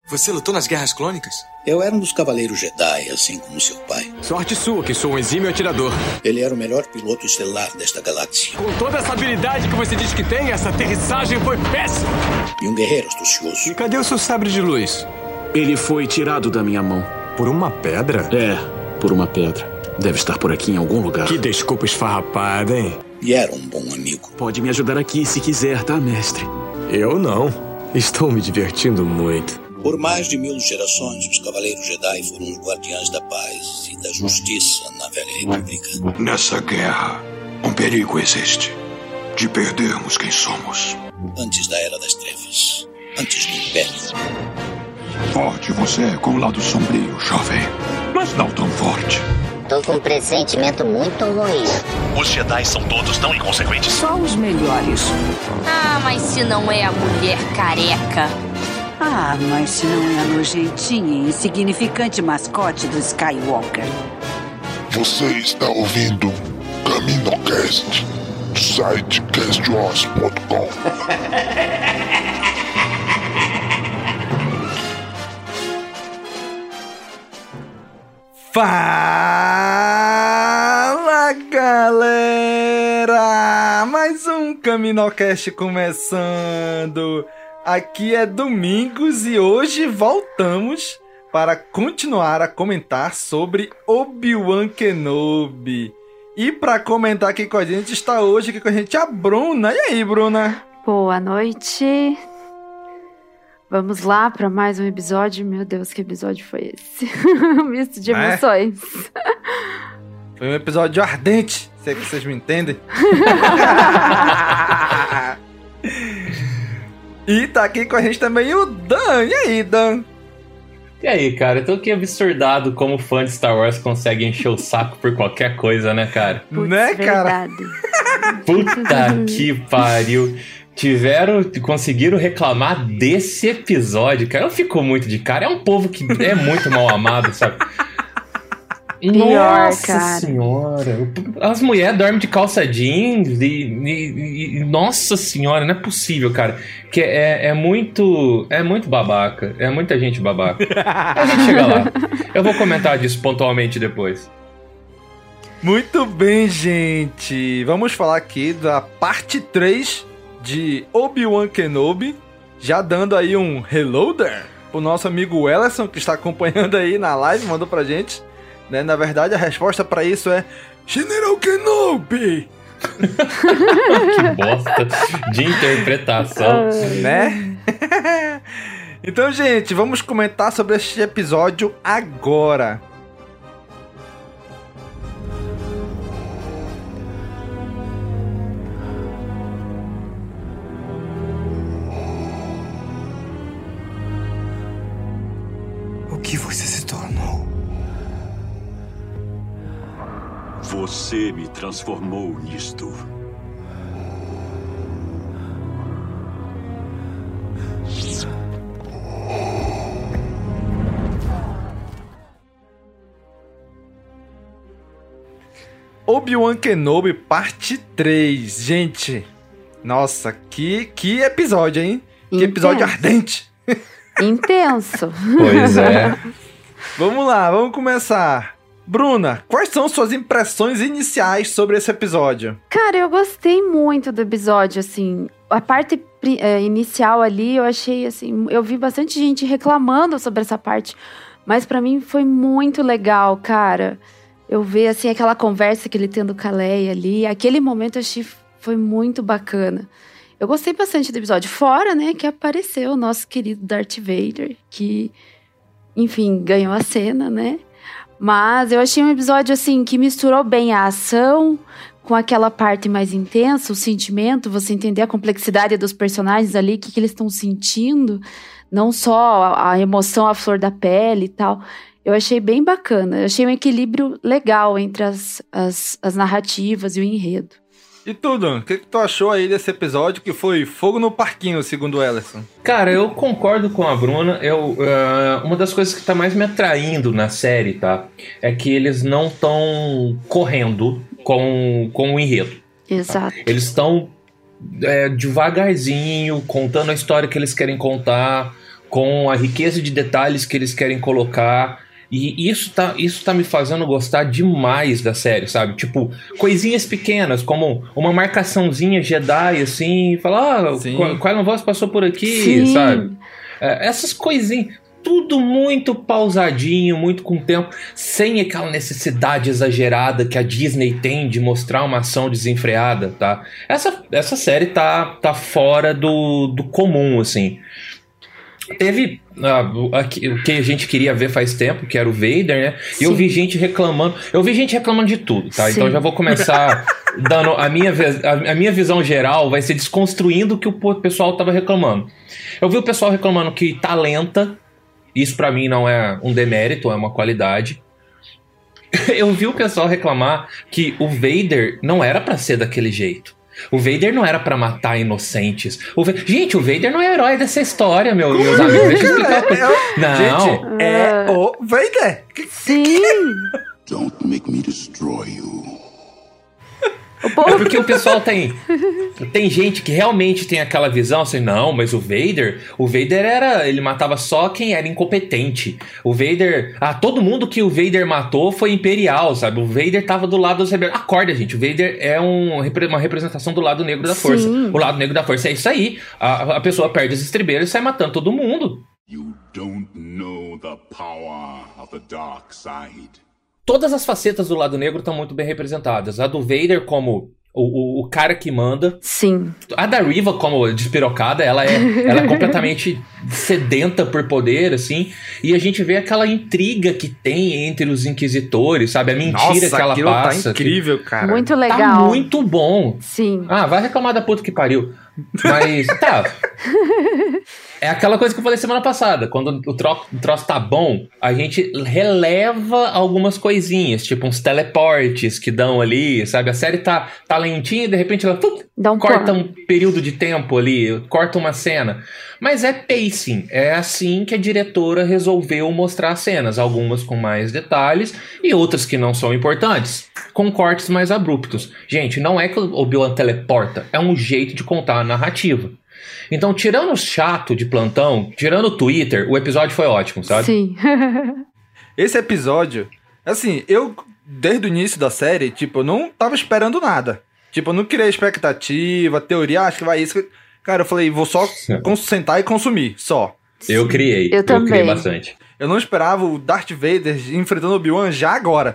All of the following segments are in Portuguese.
Você lutou nas Guerras Clônicas? Eu era um dos Cavaleiros Jedi, assim como seu pai. Sorte sua, que sou um exímio atirador. Ele era o melhor piloto estelar desta galáxia. Com toda essa habilidade que você diz que tem, essa aterrissagem foi péssima. E um guerreiro astucioso. E cadê o seu sabre de luz? Ele foi tirado da minha mão. Por uma pedra? É, por uma pedra. Deve estar por aqui em algum lugar. Que desculpa esfarrapada, hein? E era um bom amigo. Pode me ajudar aqui se quiser, tá, mestre? Eu não. Estou me divertindo muito. Por mais de 1000 gerações, os Cavaleiros Jedi foram os guardiães da paz e da justiça na Velha República. Nessa guerra, um perigo existe. De perdermos quem somos. Antes da Era das Trevas. Antes do Império. Forte você é com o lado sombrio, jovem. Mas não tão forte. Tô com um pressentimento muito ruim. Os Jedi são todos tão inconsequentes. Só os melhores. Ah, mas se não é a mulher careca? Ah, mas se não é a nojentinha e insignificante mascote do Skywalker. Você está ouvindo CaminoCast, do site castwars.com. Fala, galera! Mais um CaminoCast começando. Aqui é Domingos e hoje voltamos para continuar a comentar sobre Obi-Wan Kenobi. E para comentar aqui com a gente está hoje aqui com a gente a Bruna. E aí, Bruna? Boa noite. Vamos lá para mais um episódio. Meu Deus, que episódio foi esse? Misto de emoções. Foi um episódio ardente, se é que vocês me entendem. E tá aqui com a gente também o Dan. E aí, Dan? E aí, cara? Eu tô aqui absurdado como fã de Star Wars consegue encher o saco por qualquer coisa, né, cara? Putz, né, cara? Puta que pariu. Conseguiram reclamar desse episódio, cara. Eu fico muito de cara. É um povo que é muito mal amado, sabe? Pior, Nossa cara. senhora. As mulheres dormem de calça jeans e nossa senhora, não é possível, cara. Que é muito babaca. É muita gente babaca. A gente chega lá. Eu vou comentar disso pontualmente depois. Muito bem, gente. Vamos falar aqui da parte 3 de Obi-Wan Kenobi. Já dando aí um hello there pro nosso amigo Ellerson, que está acompanhando aí na live, mandou pra gente. Né? Na verdade, a resposta pra isso é General Kenobi! Que bosta de interpretação. Né? Então, gente, vamos comentar sobre este episódio agora. O que você se tornou? Você me transformou nisto. Obi-Wan Kenobi, parte 3. Gente, nossa, que episódio, hein? Que episódio ardente. Intenso. Pois é. Vamos lá, vamos começar. Bruna, quais são suas impressões iniciais sobre esse episódio? Cara, eu gostei muito do episódio, assim. A parte inicial ali, eu achei, assim... Eu vi bastante gente reclamando sobre essa parte. Mas pra mim foi muito legal, cara. Eu ver, assim, aquela conversa que ele tem com a Leia ali. Aquele momento eu achei foi muito bacana. Eu gostei bastante do episódio. Fora, né, que apareceu o nosso querido Darth Vader. Que, enfim, ganhou a cena, né? Mas eu achei um episódio, assim, que misturou bem a ação com aquela parte mais intensa, o sentimento, você entender a complexidade dos personagens ali, o que eles estão sentindo, não só a emoção à flor da pele e tal. Eu achei bem bacana, eu achei um equilíbrio legal entre as narrativas e o enredo. E tu, Dan, o que tu achou aí desse episódio que foi fogo no parquinho, segundo o Ellerson? Cara, eu concordo com a Bruna. Uma das coisas que tá mais me atraindo na série, tá? É que eles não estão correndo com o enredo. Exato. Tá? Eles estão devagarzinho, contando a história que eles querem contar, com a riqueza de detalhes que eles querem colocar. E isso tá me fazendo gostar demais da série, sabe? Tipo, coisinhas pequenas, como uma marcaçãozinha Jedi, assim, falar, Qui-Gon Voss passou por aqui, sabe? Essas coisinhas, tudo muito pausadinho, muito com tempo, sem aquela necessidade exagerada que a Disney tem de mostrar uma ação desenfreada, tá? Essa série tá fora do comum, assim. Teve o que a gente queria ver faz tempo, que era o Vader, né? E eu vi gente reclamando. Eu vi gente reclamando de tudo, tá? Sim. Então eu já vou começar dando a minha visão geral, vai ser desconstruindo o que o pessoal tava reclamando. Eu vi o pessoal reclamando que tá lenta. Isso pra mim não é um demérito, é uma qualidade. Eu vi o pessoal reclamar que o Vader não era pra ser daquele jeito. O Vader não era pra matar inocentes. Gente, o Vader não é herói dessa história, meus amigos. Deixa eu explicar. Não. Gente, é o Vader. Sim. Don't make me destroy you. É porque o pessoal tem gente que realmente tem aquela visão assim, não, mas o Vader ele matava só quem era incompetente. O Vader, todo mundo que o Vader matou foi imperial, sabe? O Vader tava do lado dos rebeldes. Acorda, gente, o Vader é uma representação do lado negro da força. O lado negro da força é isso aí. A pessoa perde as estribeiras e sai matando todo mundo. You don't know the power of the dark side. Todas as facetas do lado negro estão muito bem representadas. A do Vader como o cara que manda. Sim. A da Riva como despirocada, ela é completamente sedenta por poder, assim. E a gente vê aquela intriga que tem entre os inquisitores, sabe? A mentira que ela passa. Tá incrível, cara. Muito legal. Tá muito bom. Sim. Vai reclamar da puta que pariu. Mas, tá. É aquela coisa que eu falei semana passada. Quando o troço tá bom, a gente releva algumas coisinhas, tipo uns teleportes que dão ali, sabe? A série tá lentinha e de repente ela corta um período de tempo ali, corta uma cena. Mas é pacing. É assim que a diretora resolveu mostrar as cenas. Algumas com mais detalhes e outras que não são importantes, com cortes mais abruptos. Gente, não é que o Obi-Wan teleporta, é um jeito de contar a narrativa. Então, tirando o chato de plantão, tirando o Twitter, o episódio foi ótimo, sabe? Sim. Esse episódio, assim, eu, desde o início da série, tipo, eu não tava esperando nada. Tipo, eu não criei expectativa, teoria, acho que vai isso. Cara, eu falei, vou só sentar e consumir, só. Eu criei. Eu também. Criei bastante. Eu não esperava o Darth Vader enfrentando o Obi-Wan já agora.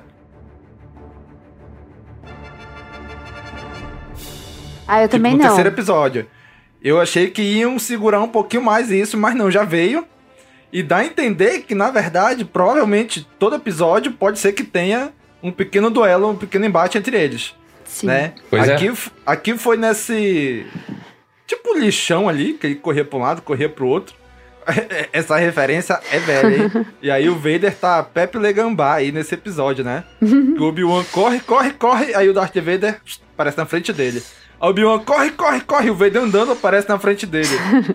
Eu também não. No terceiro episódio. Eu achei que iam segurar um pouquinho mais isso, mas não, já veio. E dá a entender que, na verdade, provavelmente, todo episódio pode ser que tenha um pequeno duelo, um pequeno embate entre eles. Sim. Né? Pois aqui foi nesse... tipo lixão ali, que ele corria pra um lado, corria pro outro. Essa referência é velha, hein? E aí o Vader tá Pepe Legambá aí nesse episódio, né? O Obi-Wan corre, aí o Darth Vader aparece na frente dele. O Obi-Wan corre, o Vader andando aparece na frente dele.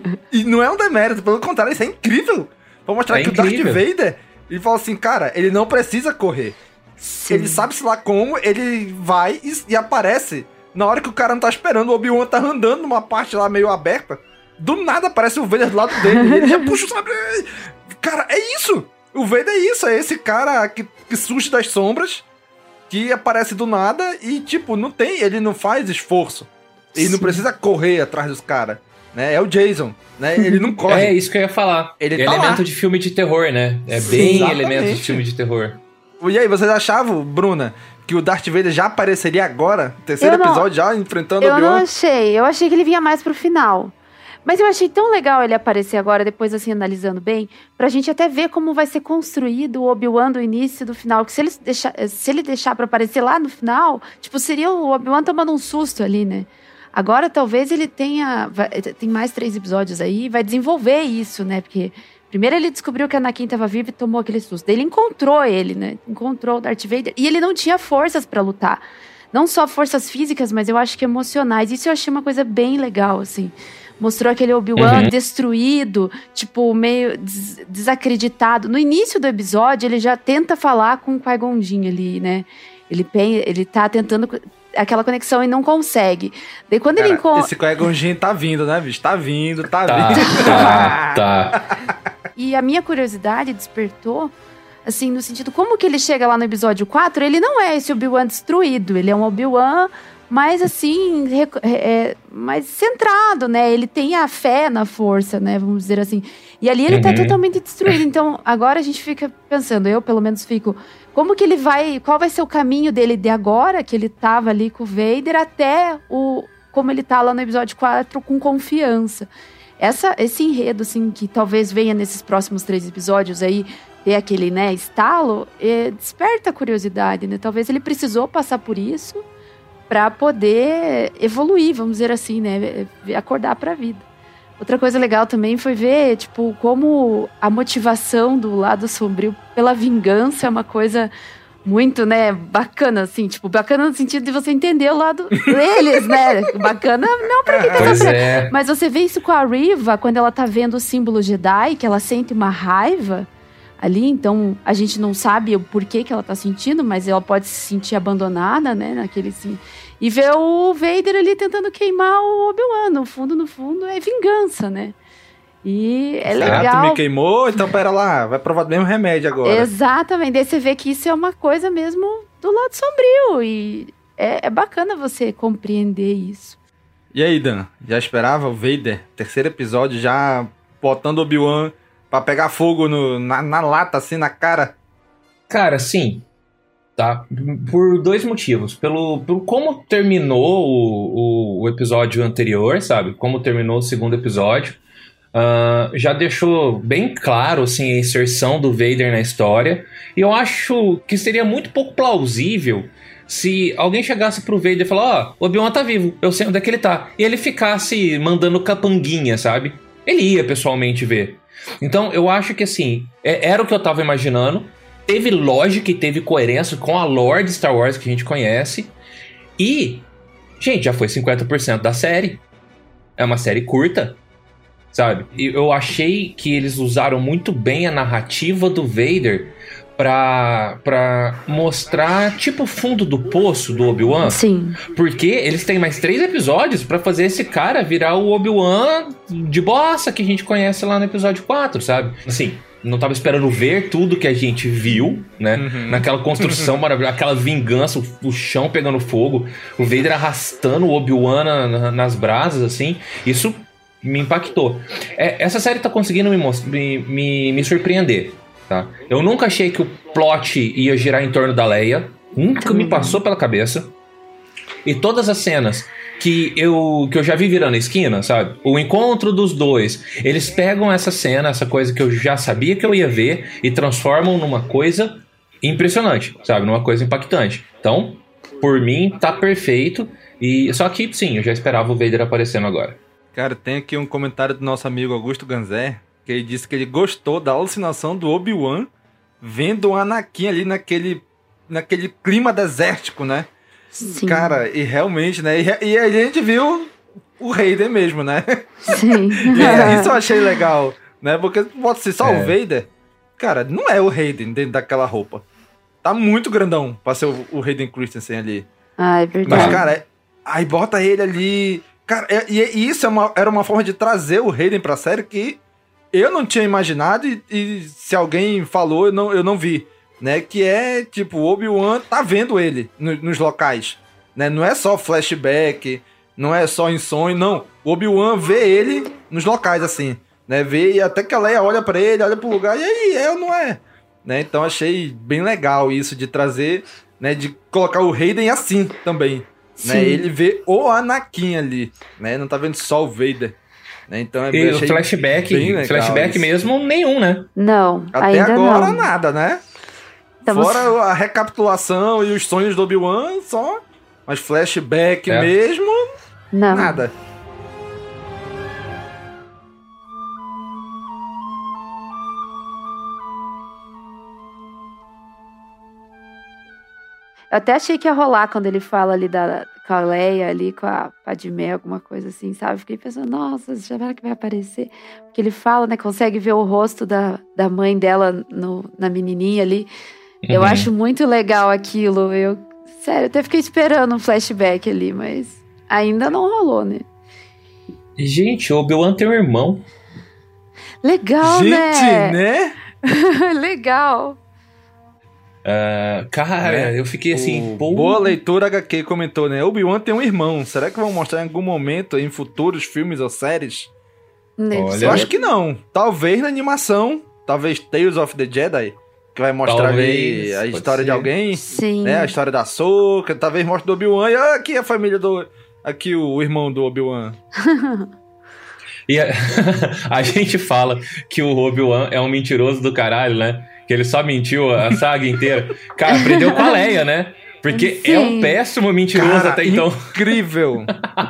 E não é um demérito, pelo contrário, isso é incrível. Pra mostrar que o Darth Vader, ele fala assim, cara, ele não precisa correr. Sim. Ele sabe-se lá como, ele vai e aparece na hora que o cara não tá esperando. O Obi-Wan tá andando numa parte lá meio aberta, do nada aparece o Vader do lado dele, e ele já puxa o sabre. Cara, é isso! O Vader é isso, é esse cara que surge das sombras, que aparece do nada e, tipo, ele não faz esforço. Ele não precisa correr atrás dos caras, né? É o Jason, né? Ele não corre. É isso que eu ia falar. Ele é tá elemento lá de filme de terror, né? É bem exatamente. Elemento de filme de terror. E aí, vocês achavam, Bruna, que o Darth Vader já apareceria agora? Terceiro episódio já, enfrentando o Obi-Wan? Eu não achei. Eu achei que ele vinha mais pro final. Mas eu achei tão legal ele aparecer agora, depois assim, analisando bem, pra gente até ver como vai ser construído o Obi-Wan do início e do final. Que se ele deixar pra aparecer lá no final, tipo, seria o Obi-Wan tomando um susto ali, né? Agora, talvez ele tem mais 3 episódios aí, vai desenvolver isso, né? Porque primeiro ele descobriu que a Anakin tava viva e tomou aquele susto. Daí ele encontrou ele, né? Encontrou o Darth Vader. E ele não tinha forças pra lutar. Não só forças físicas, mas eu acho que emocionais. Isso eu achei uma coisa bem legal, assim. Mostrou aquele Obi-Wan destruído, tipo, meio desacreditado. No início do episódio, ele já tenta falar com o Qui-Gon Jinn ali, né? Ele tá tentando aquela conexão e não consegue. Daí quando ele encontra... Esse Qui-Gon Jinn tá vindo, né, bicho? Tá vindo. Tá. E a minha curiosidade despertou, assim, no sentido, como que ele chega lá no episódio 4, ele não é esse Obi-Wan destruído, ele é um Obi-Wan mais, assim, mais centrado, né? Ele tem a fé na força, né? Vamos dizer assim. E ali ele tá totalmente destruído. Então, agora a gente fica pensando, eu pelo menos fico, como que ele vai, qual vai ser o caminho dele de agora, que ele tava ali com o Vader, até como ele tá lá no episódio 4 com confiança. Esse enredo, assim, que talvez venha nesses próximos 3 episódios aí, ter aquele, né, estalo, desperta a curiosidade, né? Talvez ele precisou passar por isso para poder evoluir, vamos dizer assim, né? Acordar para a vida. Outra coisa legal também foi ver, tipo, como a motivação do lado sombrio pela vingança é uma coisa muito, né, bacana, assim, tipo, bacana no sentido de você entender o lado deles, né? Bacana não pra quem tá sabendo. Mas você vê isso com a Reva, quando ela tá vendo o símbolo Jedi, que ela sente uma raiva ali, então a gente não sabe o porquê que ela tá sentindo, mas ela pode se sentir abandonada, né, naquele sim. E ver o Vader ali tentando queimar o Obi-Wan, no fundo é vingança, né? E é legal. Me queimou, então pera lá, vai provar do mesmo remédio agora. Exatamente, daí você vê que isso é uma coisa mesmo do lado sombrio, e é bacana você compreender isso. E aí, Dan, já esperava o Vader, terceiro episódio, já botando o Obi-Wan pra pegar fogo na lata, assim, na cara? Cara, sim. Tá? Por 2 motivos. Pelo como terminou o episódio anterior, sabe? Como terminou o segundo episódio. Já deixou bem claro, assim, a inserção do Vader na história. E eu acho que seria muito pouco plausível se alguém chegasse pro Vader e falar, ó, Obi-Wan tá vivo, eu sei onde é que ele tá. E ele ficasse mandando capanguinha, sabe? Ele ia pessoalmente ver. Então, eu acho que, assim, era o que eu tava imaginando. Teve lógica e teve coerência com a lore de Star Wars que a gente conhece. E, gente, já foi 50% da série. É uma série curta, sabe? E eu achei que eles usaram muito bem a narrativa do Vader pra mostrar, tipo, o fundo do poço do Obi-Wan. Sim. Porque eles têm mais 3 episódios pra fazer esse cara virar o Obi-Wan de bossa que a gente conhece lá no episódio 4, sabe? Assim, não tava esperando ver tudo que a gente viu, né? Naquela construção maravilhosa, aquela vingança, o chão pegando fogo, o Vader arrastando o Obi-Wan nas brasas, assim. Isso me impactou. Essa série tá conseguindo me surpreender. Tá? Eu nunca achei que o plot ia girar em torno da Leia. Nunca me passou pela cabeça. E todas as cenas que eu já vi virando esquina, sabe? O encontro dos dois. Eles pegam essa cena, essa coisa que eu já sabia que eu ia ver, e transformam numa coisa impressionante, sabe? Numa coisa impactante. Então, por mim, tá perfeito. Só que, sim, eu já esperava o Vader aparecendo agora. Cara, tem aqui um comentário do nosso amigo Augusto Ganzé, que ele disse que ele gostou da alucinação do Obi-Wan vendo o Anakin ali naquele clima desértico, né? Sim. Cara, e realmente, né? E a gente viu o Hayden mesmo, né? Sim. Isso eu achei legal, né? Porque pode ser só o Vader. Cara, não é o Hayden dentro daquela roupa. Tá muito grandão pra ser o Hayden Christensen ali. Ah, é verdade. Mas, cara, aí bota ele ali... Cara, e isso era uma forma de trazer o Hayden pra série que eu não tinha imaginado e se alguém falou, eu não vi, né? Que é, tipo, o Obi-Wan tá vendo ele nos locais, né? Não é só flashback, não é só em sonho, não. O Obi-Wan vê ele nos locais, assim, né? Vê e até que a Leia olha pra ele, olha pro lugar, e aí, é ou não é? Né? Então achei bem legal isso de trazer, né? De colocar o Hayden assim também, né? Ele vê o Anakin ali, né? Não tá vendo só o Vader. Então e o flashback mesmo, nenhum, né? Não, até ainda agora não. Nada, né? Fora a recapitulação e os sonhos do Obi-Wan, só. Mas flashback mesmo, não. Nada. Eu até achei que ia rolar quando ele fala ali com a Leia, ali com a Padmé, alguma coisa assim, sabe? Fiquei pensando, nossa, será que vai aparecer? Porque ele fala, né? Consegue ver o rosto da mãe dela na menininha ali. Eu acho muito legal aquilo. Sério, até fiquei esperando um flashback ali, mas ainda não rolou, né? Gente, o Obi-Wan tem um irmão. Legal, Gente, né? Legal. Cara, eu fiquei assim... Boa leitura HQ comentou, né? Obi-Wan tem um irmão. Será que vão mostrar em algum momento, em futuros filmes ou séries? Olha, eu acho que não. Talvez na animação. Talvez Tales of the Jedi. Que vai mostrar ali a história de alguém. Sim. Né? A história da Ahsoka. Talvez mostre do Obi-Wan. E aqui a família do... Aqui o irmão do Obi-Wan. E a gente fala que o Obi-Wan é um mentiroso do caralho, né? Que ele só mentiu a saga inteira. Cara, aprendeu com a Leia, né? Porque é um péssimo mentiroso até então. Incrível!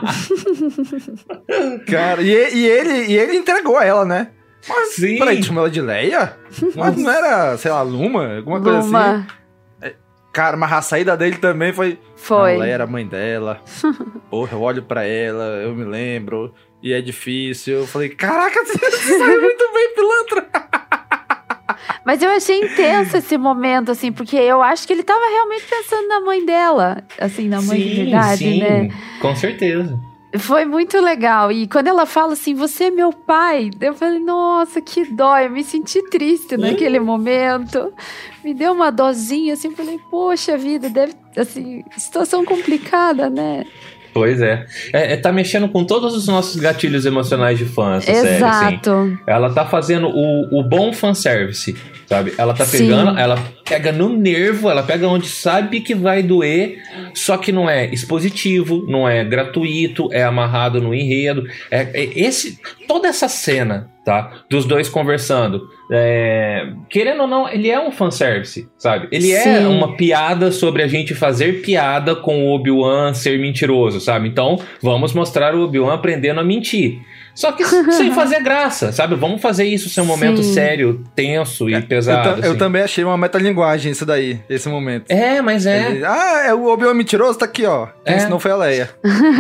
Cara, e ele entregou a ela, né? Mas, sim. Peraí, chamou ela de Leia? Mas não era, sei lá, Luma? Alguma coisa assim? Cara, mas a saída dele também foi... Não, Leia era a mãe dela. Porra, eu olho pra ela, eu me lembro. E é difícil. Eu falei, caraca, você sabe muito bem, pilantra. Mas eu achei intenso esse momento, assim, porque eu acho que ele tava realmente pensando na mãe dela. Assim, na mãe de verdade, né? Com certeza. Foi muito legal. E quando ela fala assim, você é meu pai, eu falei, nossa, que dó. Eu me senti triste naquele momento. Me deu uma dosinha, assim, falei, poxa vida, deve, assim, situação complicada, né? Pois é. Tá mexendo com todos os nossos gatilhos emocionais de fã, essa série, Exato. assim. Ela tá fazendo o bom fanservice, sabe? Ela tá pegando, ela pega no nervo, ela pega onde sabe que vai doer, só que não é expositivo, não é gratuito, é amarrado no enredo. Toda essa cena, tá? Dos dois conversando. Querendo ou não, ele é um fanservice, sabe? Ele é uma piada sobre a gente fazer piada com o Obi-Wan ser mentiroso, sabe? Então, vamos mostrar o Obi-Wan aprendendo a mentir. Só que sem fazer graça, sabe? Vamos fazer isso ser um momento sério, tenso e pesado. Eu também achei uma metalinguagem isso daí, esse momento. Mas é. É o Obi-Wan mentiroso? Tá aqui, ó. Quem não foi a Leia.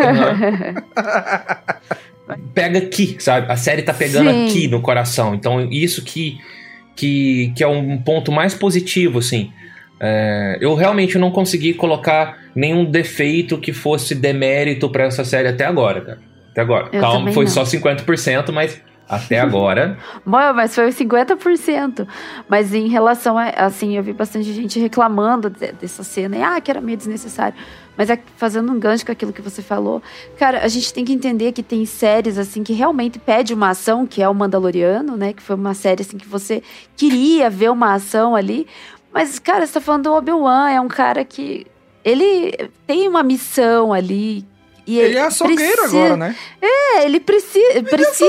Pega aqui, sabe? A série tá pegando aqui no coração. Então, isso que é um ponto mais positivo, assim. Eu realmente não consegui colocar nenhum defeito que fosse demérito pra essa série até agora, cara. Até agora. Calma, foi só 50%, mas até agora... Bom, mas foi 50%. Mas em relação a... Assim, eu vi bastante gente reclamando dessa cena. E, que era meio desnecessário. Mas fazendo um gancho com aquilo que você falou... Cara, a gente tem que entender que tem séries, assim, que realmente pede uma ação, que é o Mandaloriano, né? Que foi uma série, assim, que você queria ver uma ação ali. Mas, cara, você tá falando do Obi-Wan. É um cara que... Ele tem uma missão ali... E ele é açougueiro agora, né? Ele precisa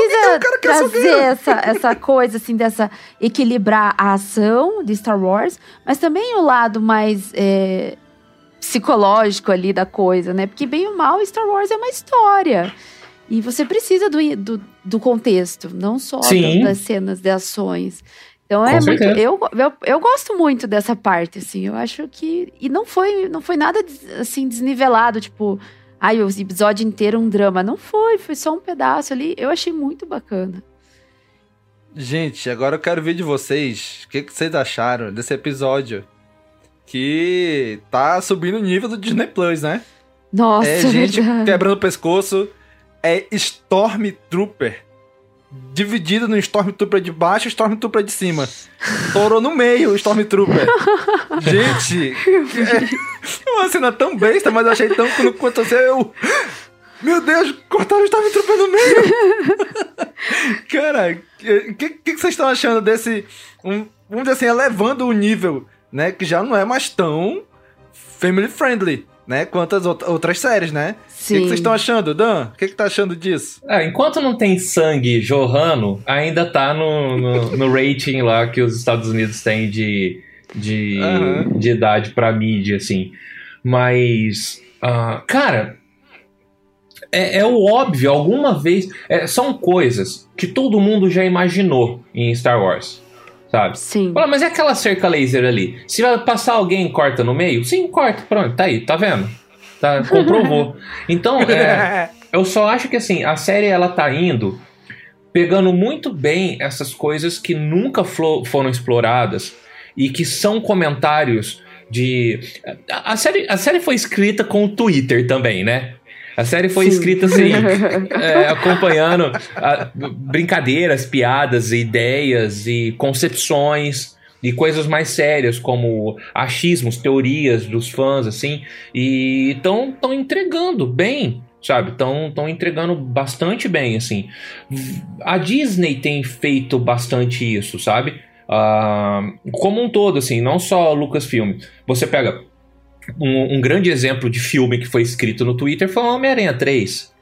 trazer essa coisa, assim, dessa... Equilibrar a ação de Star Wars, mas também o lado mais psicológico ali da coisa, né? Porque, bem ou mal, Star Wars é uma história. E você precisa do contexto, não só das cenas de ações. Então, muito... Eu gosto muito dessa parte, assim. Eu acho que... E não foi nada, assim, desnivelado, tipo... o episódio inteiro um drama. Não foi só um pedaço ali. Eu achei muito bacana. Gente, agora eu quero ver de vocês. O que vocês acharam desse episódio? Que tá subindo o nível do Disney Plus, né? Nossa, gente verdade. Quebrando o pescoço. É Stormtrooper. Dividido no Stormtrooper de baixo e Stormtrooper de cima. Torou no meio o Stormtrooper. Gente, é uma cena tão besta, mas eu achei tão quanto você. Meu Deus, cortaram o Stormtrooper no meio. Cara, o que vocês estão achando desse... vamos dizer assim, elevando o nível, né? Que já não é mais tão family friendly, né? Quanto as outras séries, né? O que vocês estão achando, Dan? O que tá achando disso? Enquanto não tem sangue jorrando, ainda tá no rating lá que os Estados Unidos têm de idade pra mídia, assim. Mas, cara, é o óbvio, alguma vez... são coisas que todo mundo já imaginou em Star Wars, sabe? Sim. Fala, mas é aquela cerca laser ali. Se vai passar alguém e corta no meio? Sim, corta, pronto, tá aí, tá vendo? Tá, comprovou. Então, eu só acho que assim, a série ela tá indo pegando muito bem essas coisas que nunca foram exploradas e que são comentários de... A série foi escrita com o Twitter também, né? A série foi escrita assim, acompanhando brincadeiras, piadas, ideias e concepções e coisas mais sérias, como achismos, teorias dos fãs, assim, e estão entregando bem, sabe? Estão entregando bastante bem, assim. A Disney tem feito bastante isso, sabe? Como um todo, assim, não só Lucasfilm. Você pega um grande exemplo de filme que foi escrito no Twitter, foi o Homem-Aranha 3.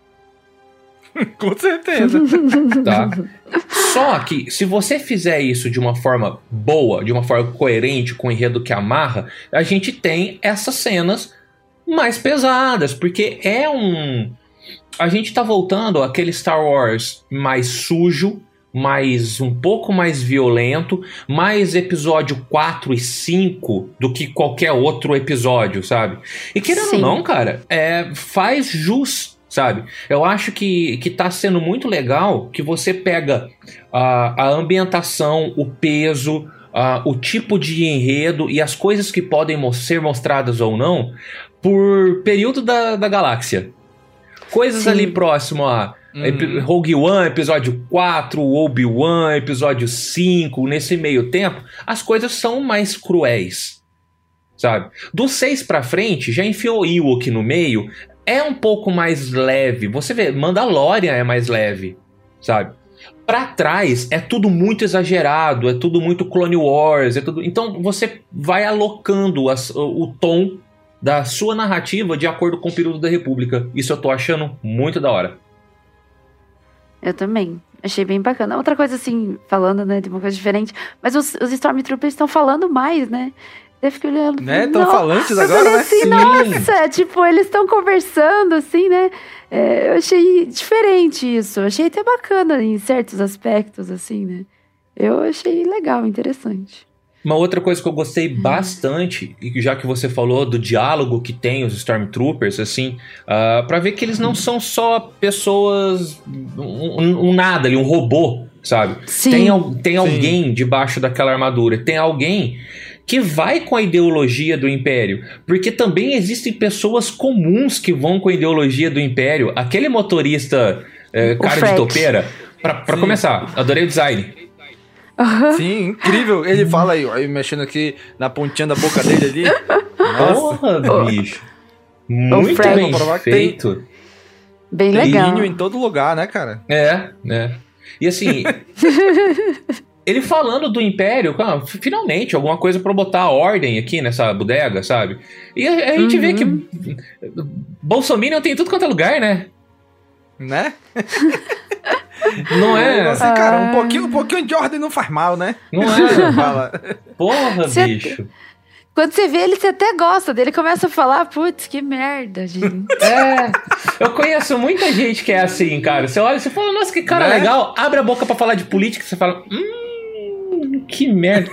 Com certeza. Tá? Só que, se você fizer isso de uma forma boa, de uma forma coerente, com o enredo que amarra, a gente tem essas cenas mais pesadas, porque a gente tá voltando àquele Star Wars mais sujo, um pouco mais violento, mais episódio 4 e 5 do que qualquer outro episódio, sabe? E querendo ou não, cara, faz jus, sabe? Eu acho que tá sendo muito legal que você pega a ambientação, o peso, o tipo de enredo e as coisas que podem ser mostradas ou não por período da galáxia. Coisas ali próximo a Rogue One, episódio 4, Obi-Wan, episódio 5, nesse meio tempo, as coisas são mais cruéis, sabe? Do 6 pra frente, já enfiou Ewok no meio, é um pouco mais leve. Você vê, Mandalorian é mais leve, sabe? Pra trás é tudo muito exagerado, é tudo muito Clone Wars, é tudo... Então você vai alocando o tom da sua narrativa de acordo com o período da República. Isso eu tô achando muito da hora. Eu também. Achei bem bacana. Outra coisa, assim, falando, né, de uma coisa diferente, mas os Stormtroopers estão falando mais, né? Eu fiquei olhando... Né? Estão falantes agora, né? Assim, nossa, tipo, eles estão conversando, assim, né? Eu achei diferente isso. Eu achei até bacana em certos aspectos, assim, né? Eu achei legal, interessante. Uma outra coisa que eu gostei bastante, e já que você falou do diálogo que tem os Stormtroopers, assim, pra ver que eles não são só pessoas, um nada ali, um robô, sabe? Sim. Tem alguém debaixo daquela armadura, tem alguém que vai com a ideologia do Império, porque também existem pessoas comuns que vão com a ideologia do Império. Aquele motorista cara de topeira, pra começar, adorei o design. Sim, incrível. Ele fala aí, mexendo aqui na pontinha da boca dele ali. Porra, bicho. Muito bem feito. Bem legal. Tem em todo lugar, né, cara? né? E assim, ele falando do Império, finalmente, alguma coisa pra botar a ordem aqui nessa bodega, sabe? E a gente vê que Bolsominion tem tudo quanto é lugar, né? Né? Não é? Assim, cara, um pouquinho de ordem não faz mal, né? Não é? Porra, bicho. Quando você vê ele, você até gosta dele, começa a falar, putz, que merda, gente. Eu conheço muita gente que é assim, cara. Você olha e você fala, nossa, que cara legal. Abre a boca pra falar de política, você fala, que merda.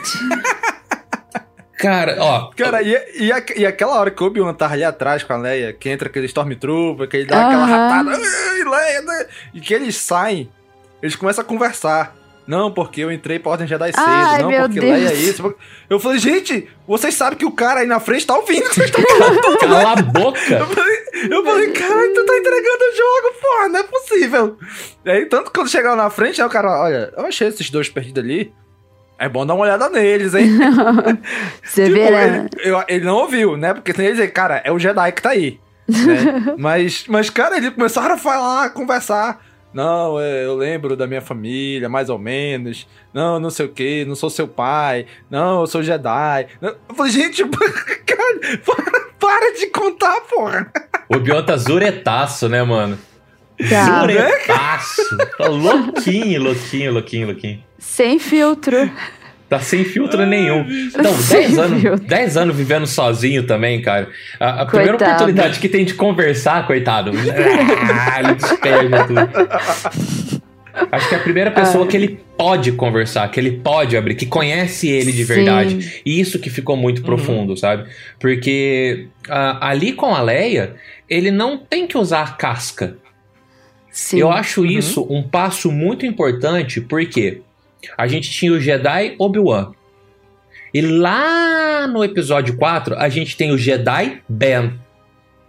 Cara, ó. Cara, e aquela hora que o Obi-Wan tá ali atrás com a Leia, que entra aquele Stormtrooper, que ele dá aquela ratada, Leia, né? E que eles saem, eles começam a conversar. Não, porque eu entrei pra Ordem Jedi cedo. Não, porque Leia é isso. Eu falei, gente, vocês sabem que o cara aí na frente tá ouvindo. Cala a boca. Eu falei, caralho, tu tá entregando o jogo, porra, não é possível. E aí, tanto que quando chegaram na frente, aí o cara, olha, eu achei esses dois perdidos ali. É bom dar uma olhada neles, hein? Você vê, né? Ele não ouviu, né? Porque tem ele dizer, cara, é o Jedi que tá aí. Né? mas, cara, eles começaram a falar, a conversar. Não, eu lembro da minha família, mais ou menos. Não sei o que, não sou seu pai. Não, eu sou Jedi. Eu falei, gente, cara, para de contar, porra. O Obi-Wan tá zuretaço, né, mano? Tá. Zuretaço. Tá louquinho. Sem filtro. Tá sem filtro nenhum. Então, 10 anos vivendo sozinho também, cara. A primeira oportunidade que tem de conversar, coitado. Ele despeja tudo. Acho que é a primeira pessoa que ele pode conversar, que ele pode abrir, que conhece ele de verdade. E isso que ficou muito profundo, sabe? Porque ali com a Leia, ele não tem que usar a casca. Sim. Eu acho isso um passo muito importante, porque a gente tinha o Jedi Obi-Wan. E lá no episódio 4, a gente tem o Jedi Ben.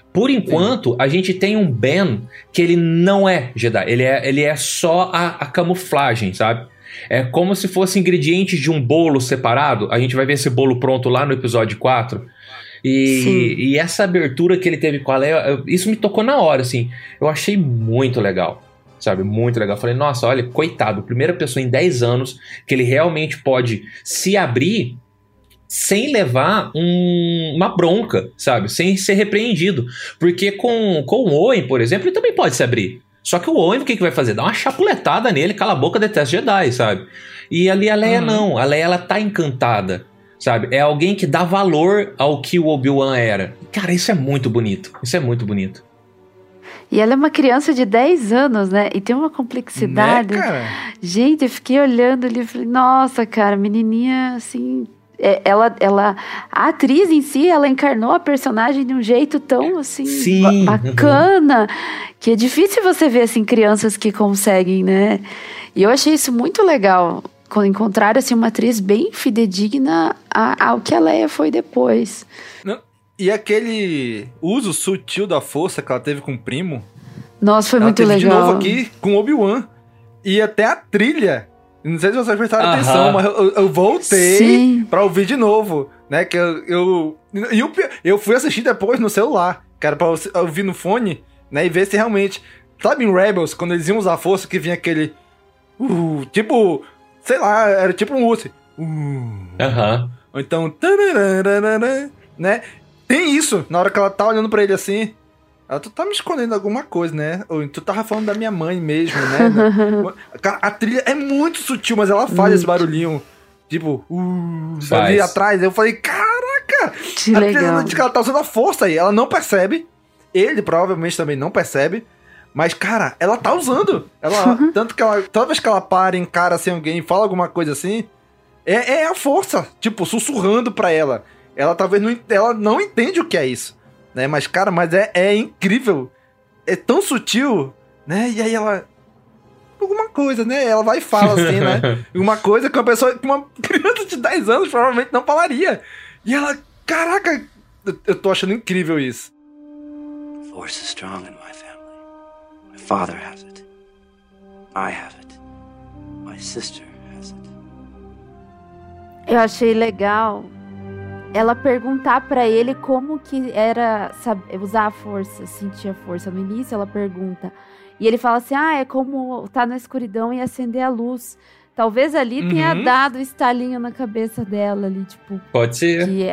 Por enquanto, a gente tem um Ben que ele não é Jedi. Ele é só a camuflagem, sabe? É como se fosse ingredientes de um bolo separado. A gente vai ver esse bolo pronto lá no episódio 4. E essa abertura que ele teve com a Leia, isso me tocou na hora, assim. Eu achei muito legal, sabe? Muito legal. Falei, nossa, olha, coitado, primeira pessoa em 10 anos que ele realmente pode se abrir sem levar uma bronca, sabe? Sem ser repreendido. Porque com o Owen, por exemplo, ele também pode se abrir. Só que o Owen, o que vai fazer? Dá uma chapuletada nele, cala a boca, detesta Jedi, sabe? E ali a Leia não. A Leia, ela tá encantada, sabe? É alguém que dá valor ao que o Obi-Wan era. Cara, isso é muito bonito. Isso é muito bonito. E ela é uma criança de 10 anos, né? E tem uma complexidade. Né, cara? Gente, eu fiquei olhando ali e falei, nossa, cara, menininha, assim... a atriz em si, ela encarnou a personagem de um jeito tão, assim, bacana, que é difícil você ver, assim, crianças que conseguem, né? E eu achei isso muito legal, quando encontraram, assim, uma atriz bem fidedigna ao que a Leia foi depois. Não, e aquele uso sutil da força que ela teve com o primo... Nossa, foi muito legal. De novo aqui com Obi-Wan. E até a trilha... Não sei se vocês prestaram atenção, mas eu voltei pra ouvir de novo, né? Que eu fui assistir depois no celular, cara, pra ouvir no fone, né? E ver se realmente... Sabe em Rebels, quando eles iam usar a força, que vinha aquele... tipo... Sei lá, era tipo um urso. Ou então... Né? Tem isso, na hora que ela tá olhando pra ele assim... Tu tá me escondendo alguma coisa, né? Ou tu tava falando da minha mãe mesmo, né? A trilha é muito sutil, mas ela faz esse barulhinho. Tipo, ali atrás. Eu falei, caraca! Que legal. Diz que ela tá usando a força aí. Ela não percebe. Ele provavelmente também não percebe. Mas, cara, ela tá usando. Tanto que toda vez que ela para, encara assim alguém e fala alguma coisa assim, é a força, tipo, sussurrando pra ela. Ela talvez ela não entende o que é isso. Né? Mas, cara, é incrível. É tão sutil, né? E aí ela... Alguma coisa, né? Ela vai e fala assim, né? Uma coisa que uma criança de 10 anos provavelmente não falaria. E ela... Caraca! Eu tô achando incrível isso. Force is strong in my family. My father has it. I have it. My sister has it. Eu achei legal... ela perguntar pra ele como que era usar a força, sentir a força. No início ela pergunta. E ele fala assim, é como tá na escuridão e acender a luz. Talvez ali tenha dado o estalinho na cabeça dela ali, tipo... Pode ser. Que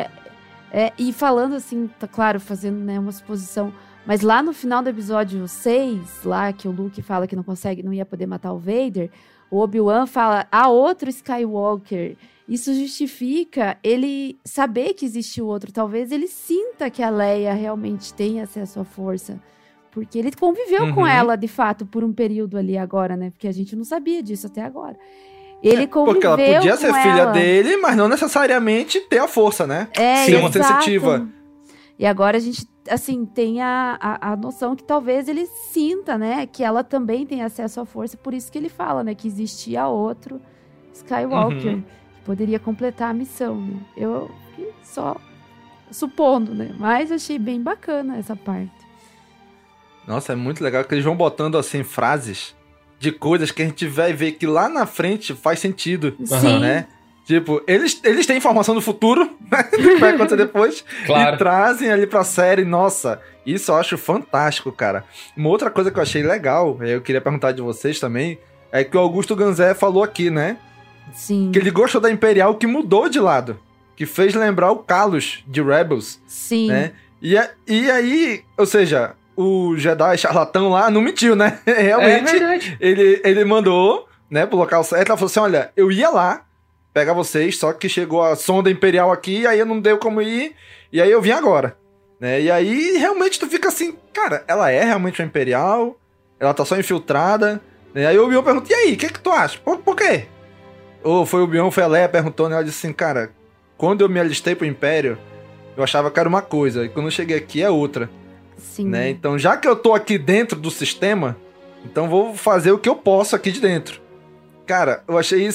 e falando assim, tá claro, fazendo, né, uma suposição. Mas lá no final do episódio 6, lá que o Luke fala que não ia poder matar o Vader, o Obi-Wan fala, outro Skywalker... Isso justifica ele saber que existe o outro. Talvez ele sinta que a Leia realmente tem acesso à força. Porque ele conviveu com ela, de fato, por um período ali agora, né? Porque a gente não sabia disso até agora. Ele conviveu porque ela podia ser filha ela. Dele, mas não necessariamente ter a força, né? Ser uma sensitiva. E agora a gente, assim, tem a noção que talvez ele sinta, né? Que ela também tem acesso à força. Por isso que ele fala, né? Que existia outro Skywalker. Poderia completar a missão, né? Eu só supondo, né? Mas achei bem bacana essa parte. Nossa, é muito legal que eles vão botando, assim, frases de coisas que a gente vai ver que lá na frente faz sentido. Sim. Né? Tipo, eles têm informação do futuro, né? Que vai acontecer depois. Claro. E trazem ali pra série. Nossa, isso eu acho fantástico, cara. Uma outra coisa que eu achei legal, eu queria perguntar de vocês também, é que o Augusto Ganzé falou aqui, né? Sim. Que ele gostou da Imperial que mudou de lado. Que fez lembrar o Kalos de Rebels. Sim. Né? E aí, ou seja, o Jedi charlatão lá não mentiu, né? Realmente, ele mandou, né, pro local certo. Ela falou assim, olha, eu ia lá pegar vocês, só que chegou a sonda Imperial aqui, aí eu não deu como ir, e aí eu vim agora. Né? E aí, realmente, tu fica assim, cara, ela é realmente uma Imperial? Ela tá só infiltrada? Né? Aí o Obi-Wan pergunta, e aí, o que tu acha? Por quê? Ou foi o Obi-Wan, foi a Leia, perguntou, né? Ela disse assim, cara, quando eu me alistei pro Império, eu achava que era uma coisa, e quando eu cheguei aqui é outra. Sim. Né? Então, já que eu tô aqui dentro do sistema, então vou fazer o que eu posso aqui de dentro. Cara, eu achei isso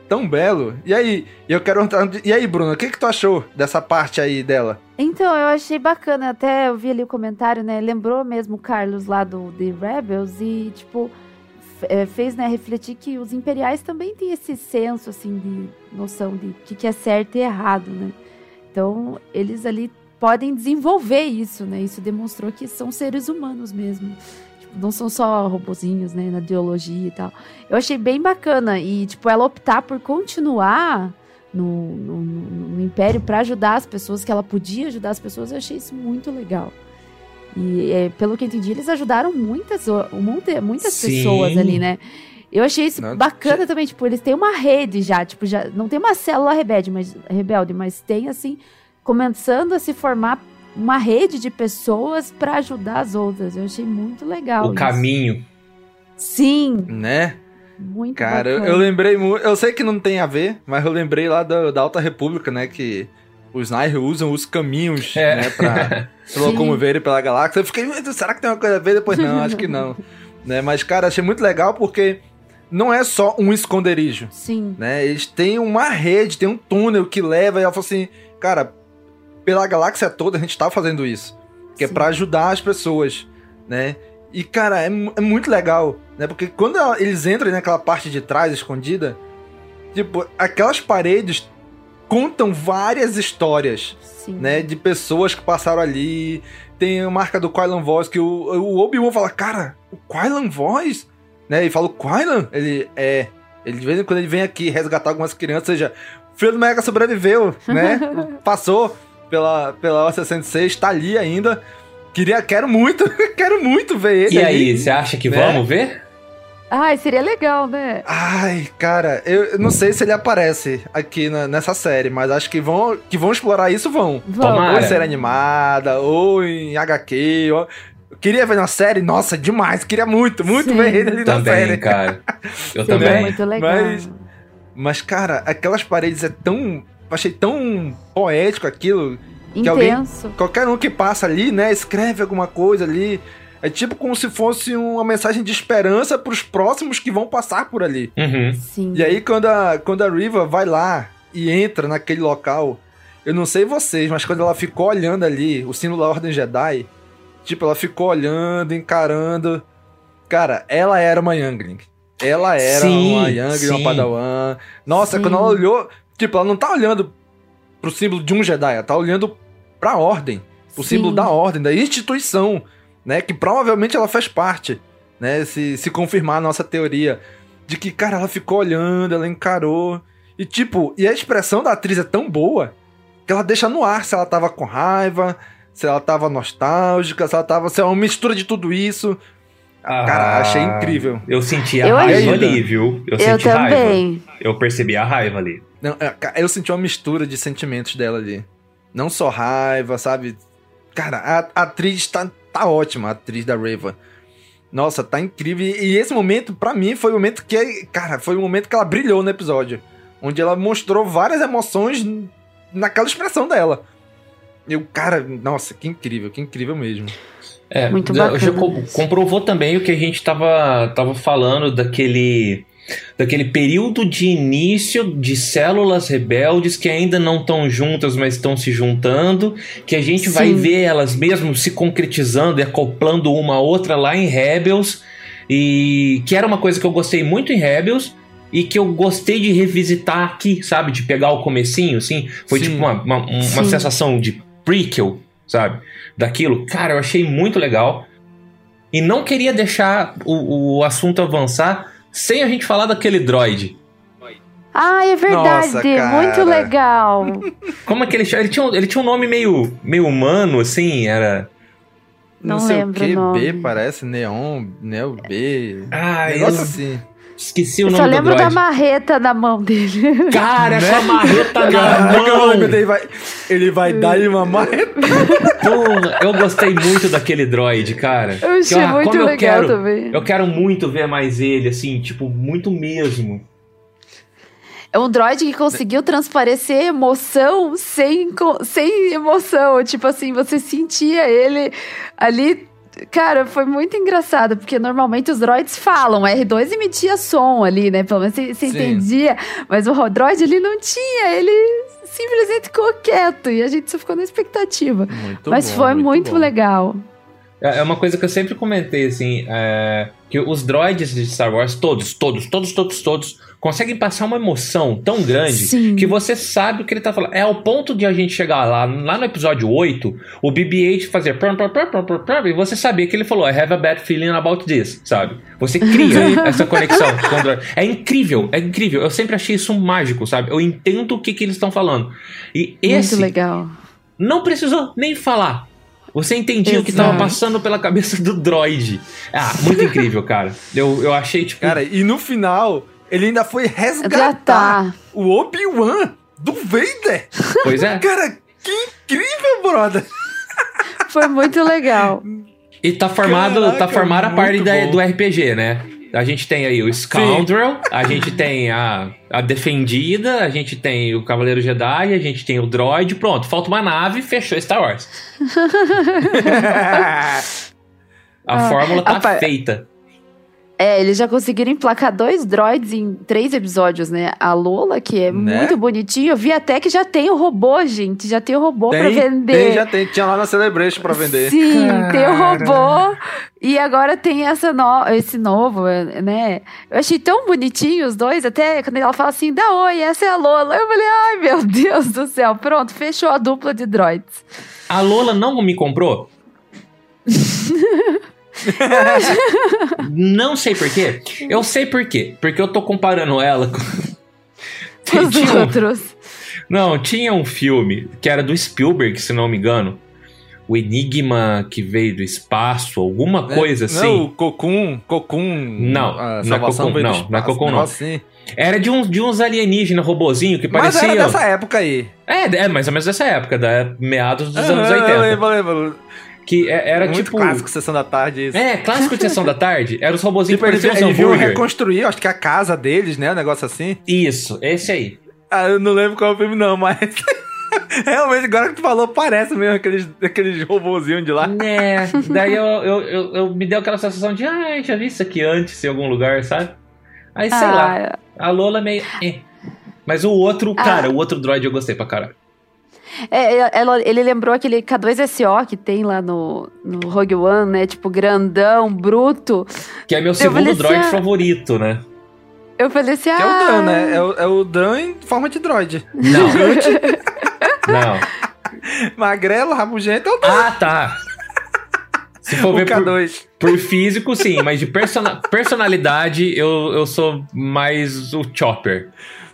tão belo. E aí, eu quero entrar... E aí, Bruno, o que tu achou dessa parte aí dela? Então, eu achei bacana, até eu vi ali o comentário, né, lembrou mesmo o Carlos lá do The Rebels e, tipo, fez, né, refletir que os Imperiais também têm esse senso, assim, de noção de o que é certo e errado, né. Então, eles ali podem desenvolver isso, né, isso demonstrou que são seres humanos mesmo. Tipo, não são só robozinhos, né, na ideologia e tal. Eu achei bem bacana e, tipo, ela optar por continuar no Império para ajudar as pessoas, que ela podia ajudar as pessoas, eu achei isso muito legal. E pelo que eu entendi, eles ajudaram muitas pessoas ali, né? Eu achei isso bacana também, tipo, eles têm uma rede já, tipo, já não tem uma célula rebelde, mas tem, assim, começando a se formar uma rede de pessoas para ajudar as outras. Eu achei muito legal. O caminho. Sim. Né? Muito Cara, bacana. eu lembrei muito. Eu sei que não tem a ver, mas eu lembrei lá da Alta República, né? Que os Nair usam os caminhos, né? Pra se locomoverem pela galáxia. Eu fiquei, será que tem uma coisa a ver? Depois não, acho que não. Né? Mas, cara, achei muito legal porque não é só um esconderijo. Sim. Né? Eles têm uma rede, tem um túnel que leva. E ela falou assim, cara, pela galáxia toda a gente tá fazendo isso. Que é pra ajudar as pessoas, né? E, cara, é muito legal, né? Porque quando eles entram naquela parte de trás, escondida, tipo, aquelas paredes contam várias histórias, né? De pessoas que passaram ali. Tem a marca do Quinlan Voss, que o Obi-Wan fala, cara, o Quinlan Voss? Né? E fala, o Quinlan? Ele, de vez em quando ele vem aqui resgatar algumas crianças, ou seja, o filho do Mega sobreviveu, né? Passou pela Ordem 66, tá ali ainda. Quero muito ver ele. E aí, você acha que vamos ver? Ai, seria legal, né? Ai, cara, eu não sei se ele aparece aqui nessa série, mas acho que vão explorar isso, vão. Ou em série animada, ou em HQ. Eu queria ver na série, nossa, demais. Queria muito ver ele ali na série. Também, cara. Eu seria também. Muito legal. Mas, cara, aquelas paredes achei tão poético aquilo. Que Intenso. Qualquer um que passa ali, né, escreve alguma coisa ali. É tipo como se fosse uma mensagem de esperança pros próximos que vão passar por ali. Uhum. Sim. E aí, quando a Riva vai lá e entra naquele local, eu não sei vocês, mas quando ela ficou olhando ali, o símbolo da Ordem Jedi, tipo, ela ficou olhando, encarando. Cara, ela era uma Youngling. Ela era uma Youngling, uma Padawan. Nossa, quando ela olhou, tipo, ela não tá olhando pro símbolo de um Jedi, ela tá olhando pra Ordem, pro símbolo da Ordem, da instituição, né, que provavelmente ela faz parte, né, se confirmar a nossa teoria, de que, cara, ela ficou olhando, ela encarou, e tipo, e a expressão da atriz é tão boa, que ela deixa no ar se ela tava com raiva, se ela tava nostálgica, se é uma mistura de tudo isso. Cara, achei incrível. Eu senti a raiva ali, viu? Eu senti também. Raiva. Eu percebi a raiva ali. Não, eu senti uma mistura de sentimentos dela ali. Não só raiva, sabe? Cara, a atriz tá ótima, a atriz da Reva. Nossa, tá incrível. E esse momento, pra mim, foi o momento foi o momento que ela brilhou no episódio. Onde ela mostrou várias emoções naquela expressão dela. Cara, nossa, que incrível mesmo. Muito bacana. Já comprovou também o que a gente tava falando daquele período de início de células rebeldes que ainda não estão juntas, mas estão se juntando, que a gente vai ver elas mesmo se concretizando e acoplando uma a outra lá em Rebels, e que era uma coisa que eu gostei muito em Rebels e que eu gostei de revisitar aqui, sabe? De pegar o comecinho, assim. Foi tipo uma sensação de prequel, sabe? Daquilo. Cara, eu achei muito legal. E não queria deixar o assunto avançar sem a gente falar daquele droid. Ah, é verdade. Nossa, cara. Muito legal. Como é que ele chama? Ele tinha um nome meio humano, assim, era... Não sei o que, B, parece, Neon B. Negócio assim. Esqueci o eu nome do droid. só lembro da marreta na mão dele. Cara, essa marreta na mão! Ele vai dar uma marreta. Porra, eu gostei muito daquele droid, cara. Eu achei muito legal também. Eu quero muito ver mais ele, assim, tipo, muito mesmo. É um droid que conseguiu transparecer emoção sem emoção. Tipo assim, você sentia ele ali Cara, foi muito engraçado, porque normalmente os droids falam, o R2 emitia som ali, né? Pelo menos você entendia, mas o droid ele não tinha, ele simplesmente ficou quieto e a gente só ficou na expectativa. Mas foi muito legal. É uma coisa que eu sempre comentei, assim, que os droids de Star Wars, todos, conseguem passar uma emoção tão grande que você sabe o que ele tá falando. É ao ponto de a gente chegar lá no episódio 8, o BB-8 fazer e você sabia que ele falou, I have a bad feeling about this, sabe? Você cria essa conexão com o droid. É incrível. Eu sempre achei isso mágico, sabe? Eu entendo o que eles estão falando. E esse... Muito legal. Não precisou nem falar. Você entendia o que estava passando pela cabeça do droid. Muito incrível, cara. Eu achei, tipo... Cara, e no final, ele ainda foi resgatar o Obi-Wan do Vader. Pois é. Cara, que incrível, brother. Foi muito legal. E tá formada a parte do RPG, né? A gente tem aí o Scoundrel, a gente tem a Defendida, a gente tem o Cavaleiro Jedi, a gente tem o Droid, pronto, falta uma nave, fechou Star Wars. A fórmula tá feita. Eles já conseguiram emplacar 2 droids em 3 episódios, né? A Lola, que é muito bonitinho. Eu vi até que já tem o robô, gente. Já tem o robô pra vender. Tinha lá na Celebration pra vender. Sim, tem o robô. E agora tem esse novo, né? Eu achei tão bonitinho os dois. Até quando ela fala assim, dá oi, essa é a Lola. Eu falei, ai, meu Deus do céu. Pronto, fechou a dupla de droids. A Lola não me comprou? Não sei por quê. Eu sei por quê. Porque eu tô comparando ela com os outros. Não, tinha um filme que era do Spielberg, se não me engano. O Enigma que veio do espaço, alguma coisa assim. Não, o Cocoon. Não, não é Cocoon, não. Assim. Era de uns alienígenas robozinho que pareciam... Mas era dessa época aí. É mais ou menos dessa época, meados dos anos 80. Eu lembro. Que era muito tipo... clássico Sessão da Tarde, isso. Clássico de Sessão da Tarde. Era os robôzinhos tipo, que pareciam eles viram reconstruir, acho que a casa deles, né? Um negócio assim. Isso, esse aí. Eu não lembro qual é o filme não, mas... Realmente, agora que tu falou, parece mesmo aqueles robôzinhos de lá. Daí eu me deu aquela sensação de... já vi isso aqui antes em algum lugar, sabe? Aí, sei lá. A Lola meio... Mas o outro, cara, o outro droid eu gostei pra caralho. Ele lembrou aquele K2SO que tem lá no Rogue One, né? Tipo, grandão, bruto. Que é meu segundo droid favorito, né? Eu falei assim, Que é o Dan, né? É o Dan em forma de droid. Não. Não. Magrelo, rabugento é o Dan. Tá. Se for ver por físico, sim. Mas de personalidade, eu sou mais o Chopper.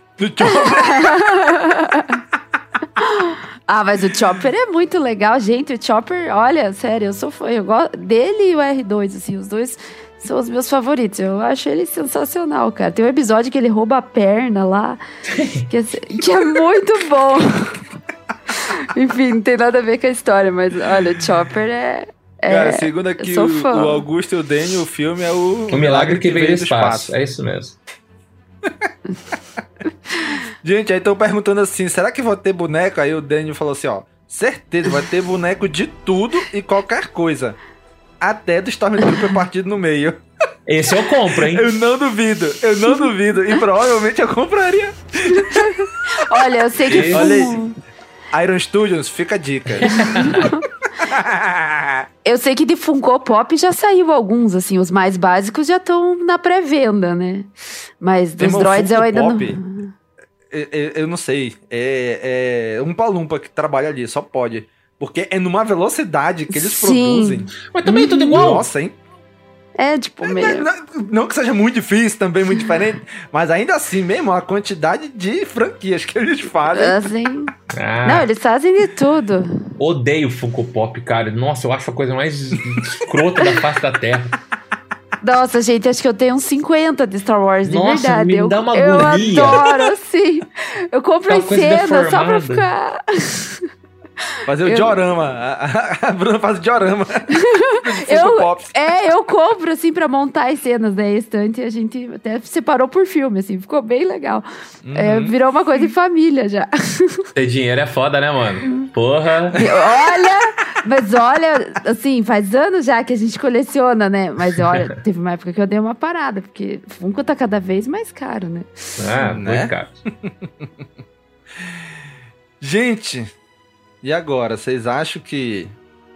Mas o Chopper é muito legal, gente. O Chopper, olha, sério, eu sou fã. Eu gosto dele e o R2, assim, os dois são os meus favoritos. Eu acho ele sensacional, cara. Tem um episódio que ele rouba a perna lá, que é muito bom. Enfim, não tem nada a ver com a história, mas olha, o Chopper cara, segundo aqui o Augusto e o Daniel, o filme é o Milagre que Veio do Espaço. É isso mesmo. Gente, aí estão perguntando assim, será que vai ter boneco? Aí o Daniel falou assim, certeza, vai ter boneco de tudo e qualquer coisa. Até do Stormtrooper partido no meio. Esse eu compro, hein? Eu não duvido. E provavelmente eu compraria. Olha, eu sei que... Olha aí. Iron Studios, fica a dica. Eu sei que de Funko Pop já saiu alguns, assim, os mais básicos já estão na pré-venda, né? Mas dos droids eu ainda não... Eu não sei. É um Palumpa que trabalha ali, só pode. Porque é numa velocidade que eles produzem. Mas também é tudo igual. Nossa, hein? Tipo, meio... Não que seja muito difícil, também muito diferente, mas ainda assim mesmo, a quantidade de franquias que eles fazem. Assim... Não, eles fazem de tudo. Odeio Funko Pop, cara. Nossa, eu acho a coisa mais escrota da face da Terra. Nossa, gente, acho que eu tenho uns 50 de Star Wars, de verdade. Me dá uma eu agonia. Adoro, assim. Eu compro as cenas só pra ficar... Fazer o diorama. A Bruna faz o diorama. Eu compro, assim, pra montar as cenas, né? Estante, a gente até separou por filme, assim. Ficou bem legal. Virou uma coisa em família já. Ter dinheiro é foda, né, mano? Porra. Olha, Mas olha, assim, faz anos já que a gente coleciona, né? Mas olha, teve uma época que eu dei uma parada, porque Funko tá cada vez mais caro, né? Muito caro. Gente, e agora? Vocês acham que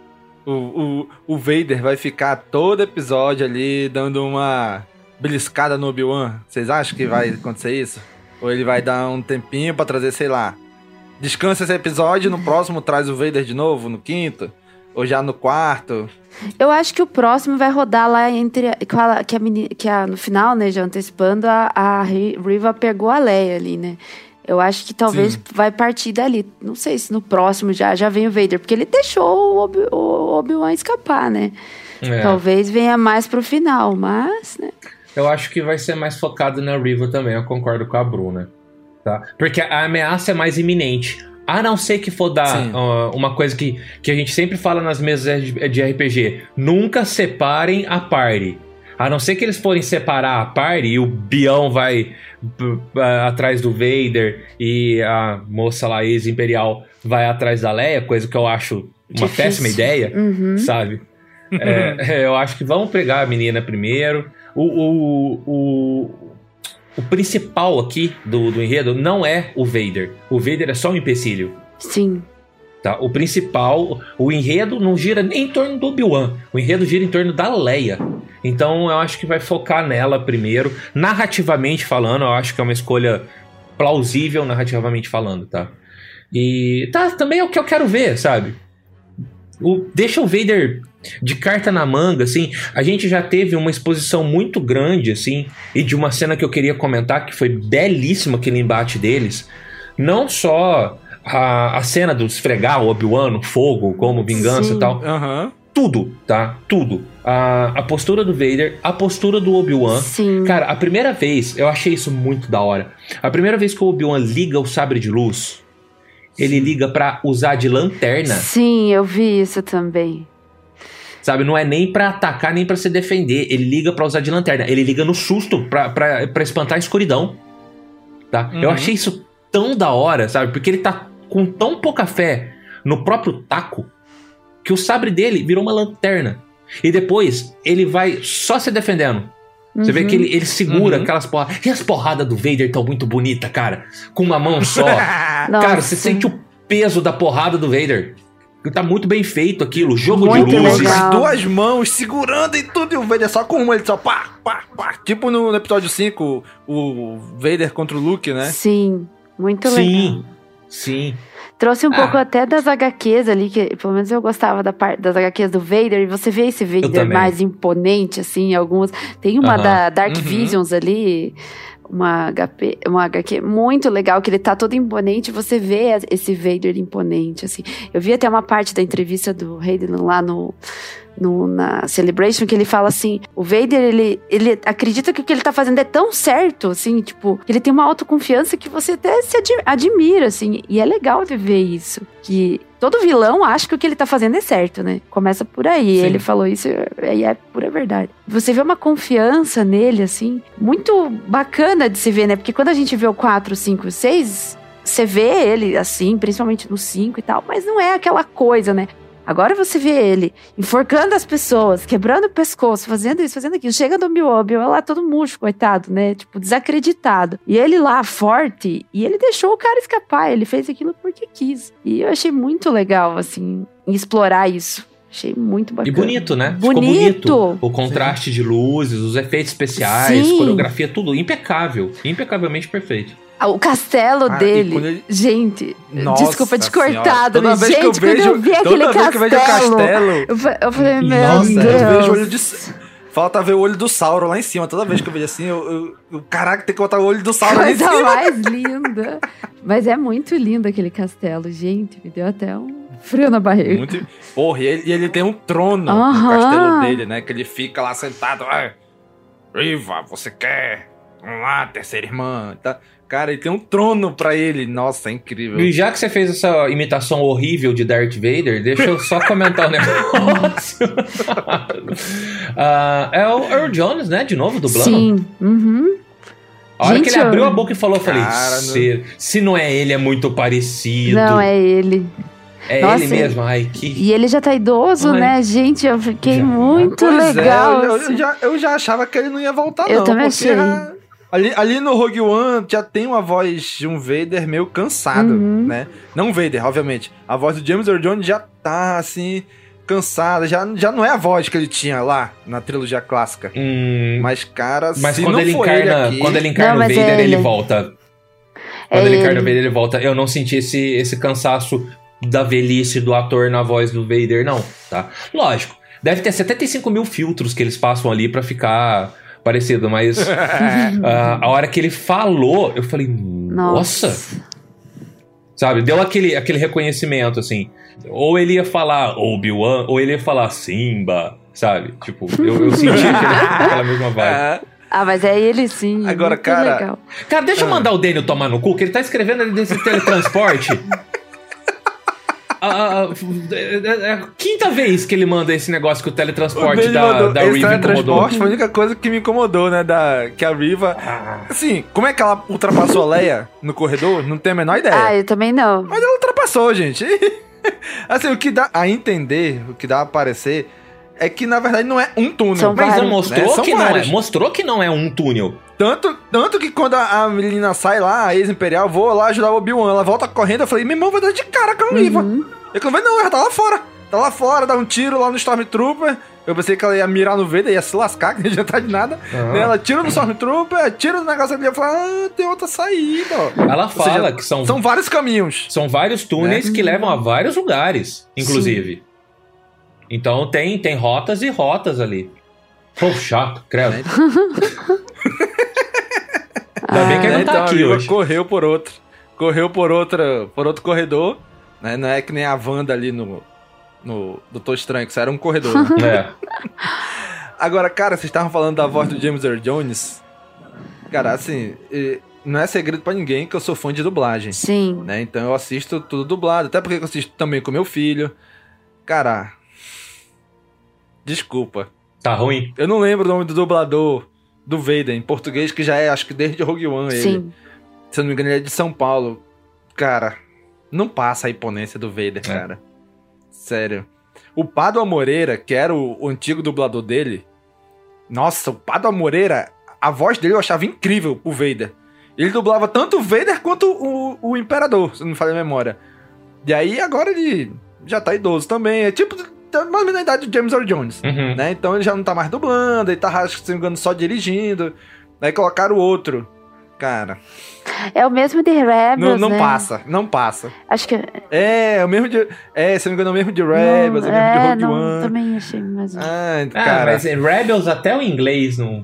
o Vader vai ficar todo episódio ali dando uma beliscada no Obi-Wan? Vocês acham que vai acontecer isso? Ou ele vai dar um tempinho pra trazer, sei lá, descansa esse episódio, no próximo traz o Vader de novo, no quinto? Ou já no quarto? Eu acho que o próximo vai rodar lá entre... no final, né, já antecipando, a Riva pegou a Leia ali, né? Eu acho que talvez vai partir dali. Não sei se no próximo já vem o Vader, porque ele deixou o Obi-Wan escapar, né? Talvez venha mais pro final, mas, né? Eu acho que vai ser mais focado na Riva também, eu concordo com a Bruna. Tá? Porque a ameaça é mais iminente. A não ser que for dar uma coisa que a gente sempre fala nas mesas de RPG. Nunca separem a party. A não ser que eles forem separar a party e o Bião vai atrás do Vader e a moça lá, ex-imperial, vai atrás da Leia, coisa que eu acho uma péssima ideia, sabe? Eu acho que vamos pegar a menina primeiro. O principal aqui do enredo não é o Vader. O Vader é só um empecilho. Sim. Tá? O principal, o enredo não gira nem em torno do Obi-Wan. O enredo gira em torno da Leia. Então eu acho que vai focar nela primeiro. Narrativamente falando, eu acho que é uma escolha plausível narrativamente falando, tá? E também é o que eu quero ver, sabe? Deixa o Vader de carta na manga, assim. A gente já teve uma exposição muito grande, assim, e de uma cena que eu queria comentar, que foi belíssima aquele embate deles. Não só a cena do esfregar o Obi-Wan no fogo, como vingança e tal. Tudo, tá? Tudo. A postura do Vader, a postura do Obi-Wan. Cara, a primeira vez, eu achei isso muito da hora. A primeira vez que o Obi-Wan liga o sabre de luz, ele liga pra usar de lanterna. Sim, eu vi isso também. Sabe, não é nem pra atacar, nem pra se defender. Ele liga pra usar de lanterna. Ele liga no susto pra espantar a escuridão. Tá? Eu achei isso tão da hora, sabe? Porque ele tá com tão pouca fé no próprio taco que o sabre dele virou uma lanterna. E depois ele vai só se defendendo. Você vê que ele segura aquelas porradas. E as porradas do Vader estão muito bonitas, cara. Com uma mão só. Cara, você sente o peso da porrada do Vader. Tá muito bem feito aquilo. Jogo muito de luzes. As duas mãos segurando e tudo. E o Vader só com uma. Ele só pá, pá, pá. Tipo no episódio 5, o Vader contra o Luke, né? Sim, muito legal. Sim. Trouxe um pouco até das HQs ali, que pelo menos eu gostava das HQs do Vader, e você vê esse Vader mais imponente, assim, alguns... Tem uma da Dark Visions ali, uma HQ muito legal, que ele tá todo imponente, você vê esse Vader imponente, assim. Eu vi até uma parte da entrevista do Hayden lá na Celebration, que ele fala assim, o Vader, ele acredita que o que ele tá fazendo é tão certo, assim, tipo, ele tem uma autoconfiança que você até se admira, assim, e é legal de ver isso, que todo vilão acha que o que ele tá fazendo é certo, né? Começa por aí, ele falou isso, e é pura verdade. Você vê uma confiança nele, assim, muito bacana de se ver, né? Porque quando a gente vê o 4, 5, 6, você vê ele, assim, principalmente no 5 e tal, mas não é aquela coisa, né? Agora você vê ele enforcando as pessoas, quebrando o pescoço, fazendo isso, fazendo aquilo. Chega do Obi-Wan lá todo murcho, coitado, né? Tipo, desacreditado. E ele lá, forte, e ele deixou o cara escapar. Ele fez aquilo porque quis. E eu achei muito legal, assim, explorar isso. Achei muito bacana. E bonito, né? Bonito. Ficou bonito. O contraste de luzes, os efeitos especiais, coreografia, tudo impecável. Impecavelmente perfeito. O castelo dele, gente, nossa, desculpa te cortar, toda vez gente, que eu vejo, quando eu vi aquele castelo, eu falei, meu Deus. Eu vejo o olho de... Falta ver o olho do Sauron lá em cima. Toda vez que eu vejo assim, caraca, tem que botar o olho do Sauron lá em cima. Coisa mais linda. Mas é muito lindo aquele castelo, gente, me deu até um frio na barriga. Muito... Porra, e ele tem um trono no castelo dele, né, que ele fica lá sentado, Riva, você quer? Vamos lá, terceira irmã, tá? Cara, ele tem um trono pra ele. Nossa, é incrível. E já que você fez essa imitação horrível de Darth Vader, deixa eu só comentar um negócio. É o Earl Jones, né? De novo, dublando? Sim. A hora que ele abriu a boca e falou, eu falei, se não é ele, é muito parecido. Não, é ele. É Nossa, ele mesmo, ai, que... E ele já tá idoso, né, gente? Eu fiquei muito Pois legal. Eu já achava que ele não ia voltar, Eu não. também porque achei. Ali no Rogue One já tem uma voz de um Vader meio cansado, né? Não o Vader, obviamente. A voz do James Earl Jones já tá, assim, cansada. Já não é a voz que ele tinha lá na trilogia clássica. Mas, cara, mas se quando não ele for encarna, ele aqui... quando ele encarna o Vader, ele volta. Quando ele encarna o Vader, ele volta. Eu não senti esse cansaço da velhice do ator na voz do Vader, não, tá? Lógico, deve ter 75 mil filtros que eles passam ali pra ficar parecido, mas a hora que ele falou, eu falei, nossa! Sabe, deu aquele reconhecimento, assim. Ou ele ia falar Obi-Wan, ou ele ia falar Simba, sabe? Tipo, eu senti aquela mesma vibe. Ah, mas é ele sim. Agora, cara... Legal. Cara, deixa eu mandar o Daniel tomar no cu, que ele tá escrevendo ali desse teletransporte. A quinta vez que ele manda esse negócio que o teletransporte da Riva incomodou. Foi a única coisa que me incomodou, né? Que a Riva... Assim, como é que ela ultrapassou a Leia no corredor? Não tenho a menor ideia. Ah, eu também não. Mas ela ultrapassou, gente. Assim, o que dá a entender, o que dá a parecer, é que na verdade não é um túnel. Mas ela mostrou, né? que não é, mostrou que não é um túnel. Tanto que quando a menina sai lá, a ex-imperial, vou lá ajudar o Obi-Wan, ela volta correndo, eu falei, meu irmão vai dar de cara com a Riva. Eu falei, não, ela tá lá fora. Tá lá fora, dá um tiro lá no Stormtrooper. Eu pensei que ela ia mirar no Vader, ia se lascar, que não ia adiantar de nada. Ela tira no Stormtrooper, tira no negócio ali, eu falei, tem outra saída. Ela fala que são vários caminhos. São vários túneis que levam a vários lugares, inclusive. Sim. Então tem rotas e rotas ali. Pô, chato, credo. Ainda bem que ele não tá aqui hoje. Correu por outro corredor, né? Não é que nem a Wanda ali no Doutor Estranho, que isso era um corredor, né? Agora, cara, vocês estavam falando da voz do James Earl Jones. Cara, assim, não é segredo pra ninguém que eu sou fã de dublagem. Sim. Né? Então eu assisto tudo dublado, até porque eu assisto também com meu filho. Cara, desculpa. Tá ruim? Eu não lembro o nome do dublador do Vader em português, que já é, acho que desde Rogue One ele. Sim. Se eu não me engano, ele é de São Paulo. Cara, não passa a imponência do Vader, cara. Sério. O Pádua Moreira, que era o antigo dublador dele... Nossa, o Pádua Moreira, a voz dele eu achava incrível, o Vader. Ele dublava tanto o Vader quanto o Imperador, se não me falha a memória. E aí, agora ele já tá idoso também. É tipo... mais ou menos na idade do James Earl Jones, né? Então ele já não tá mais dublando, ele tá, acho que se não me engano, só dirigindo. Aí colocaram o outro. Cara... É o mesmo de Rebels, não né? Não passa. Acho que... É o mesmo de... se não me engano, é o mesmo de Rebels, é o mesmo de Rogue One. Também achei mais... cara... mas Rebels até o inglês não...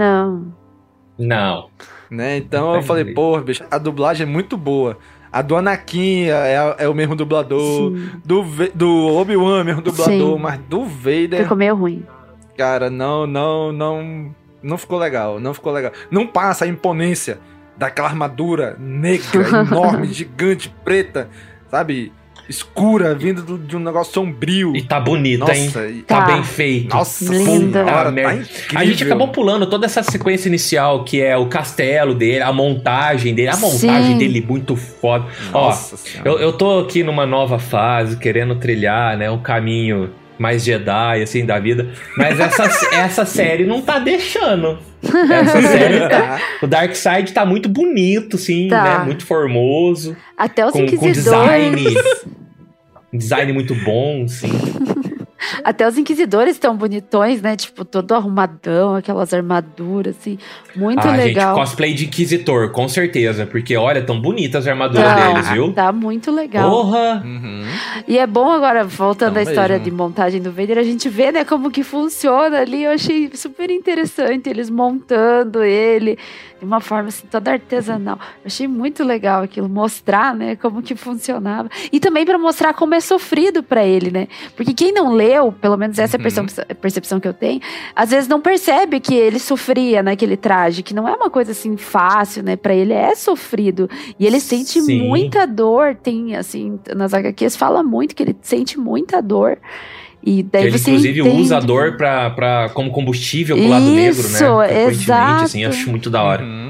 Não. Né? Então eu falei, porra, bicho, a dublagem é muito boa. A do Anakin é o mesmo dublador. Do Obi-Wan é o mesmo dublador. Sim. Mas do Vader... Ficou meio ruim. Cara, não ficou legal. Não ficou legal. Não passa a imponência daquela armadura negra, enorme, gigante, preta, sabe? Escura, vindo de um negócio sombrio. E tá bonita, hein? Tá bem feito. Nossa, linda. Cara, tá incrível. A gente acabou pulando toda essa sequência inicial, que é o castelo dele, a montagem dele. A montagem dele muito foda. Nossa Ó, eu tô aqui numa nova fase, querendo trilhar, né, um caminho mais Jedi, assim, da vida. Mas essa série não tá deixando. Essa série o Darkseid tá muito bonito, assim, né? Muito formoso. Até os Inquisidores. Com design muito bom, sim. Até os Inquisidores estão bonitões, né? Tipo, todo arrumadão, aquelas armaduras, assim. Muito legal. Gente, cosplay de Inquisitor, com certeza. Porque, olha, tão bonitas as armaduras deles, viu? Tá muito legal. Porra! E é bom agora, voltando à história de montagem do Vader, a gente vê, né, como que funciona ali. Eu achei super interessante eles montando ele de uma forma, assim, toda artesanal. Eu achei muito legal aquilo, mostrar, né, como que funcionava. E também para mostrar como é sofrido para ele, né? Porque quem não leu, pelo menos essa é a percepção que eu tenho, às vezes não percebe que ele sofria naquele traje, que não é uma coisa, assim, fácil, né? Para ele é sofrido. E ele sente muita dor, tem, assim, nas HQs fala muito que ele sente muita dor. E daí ele, inclusive, usa a dor como combustível pro lado negro, né? Isso, exato. Assim, acho muito da hora.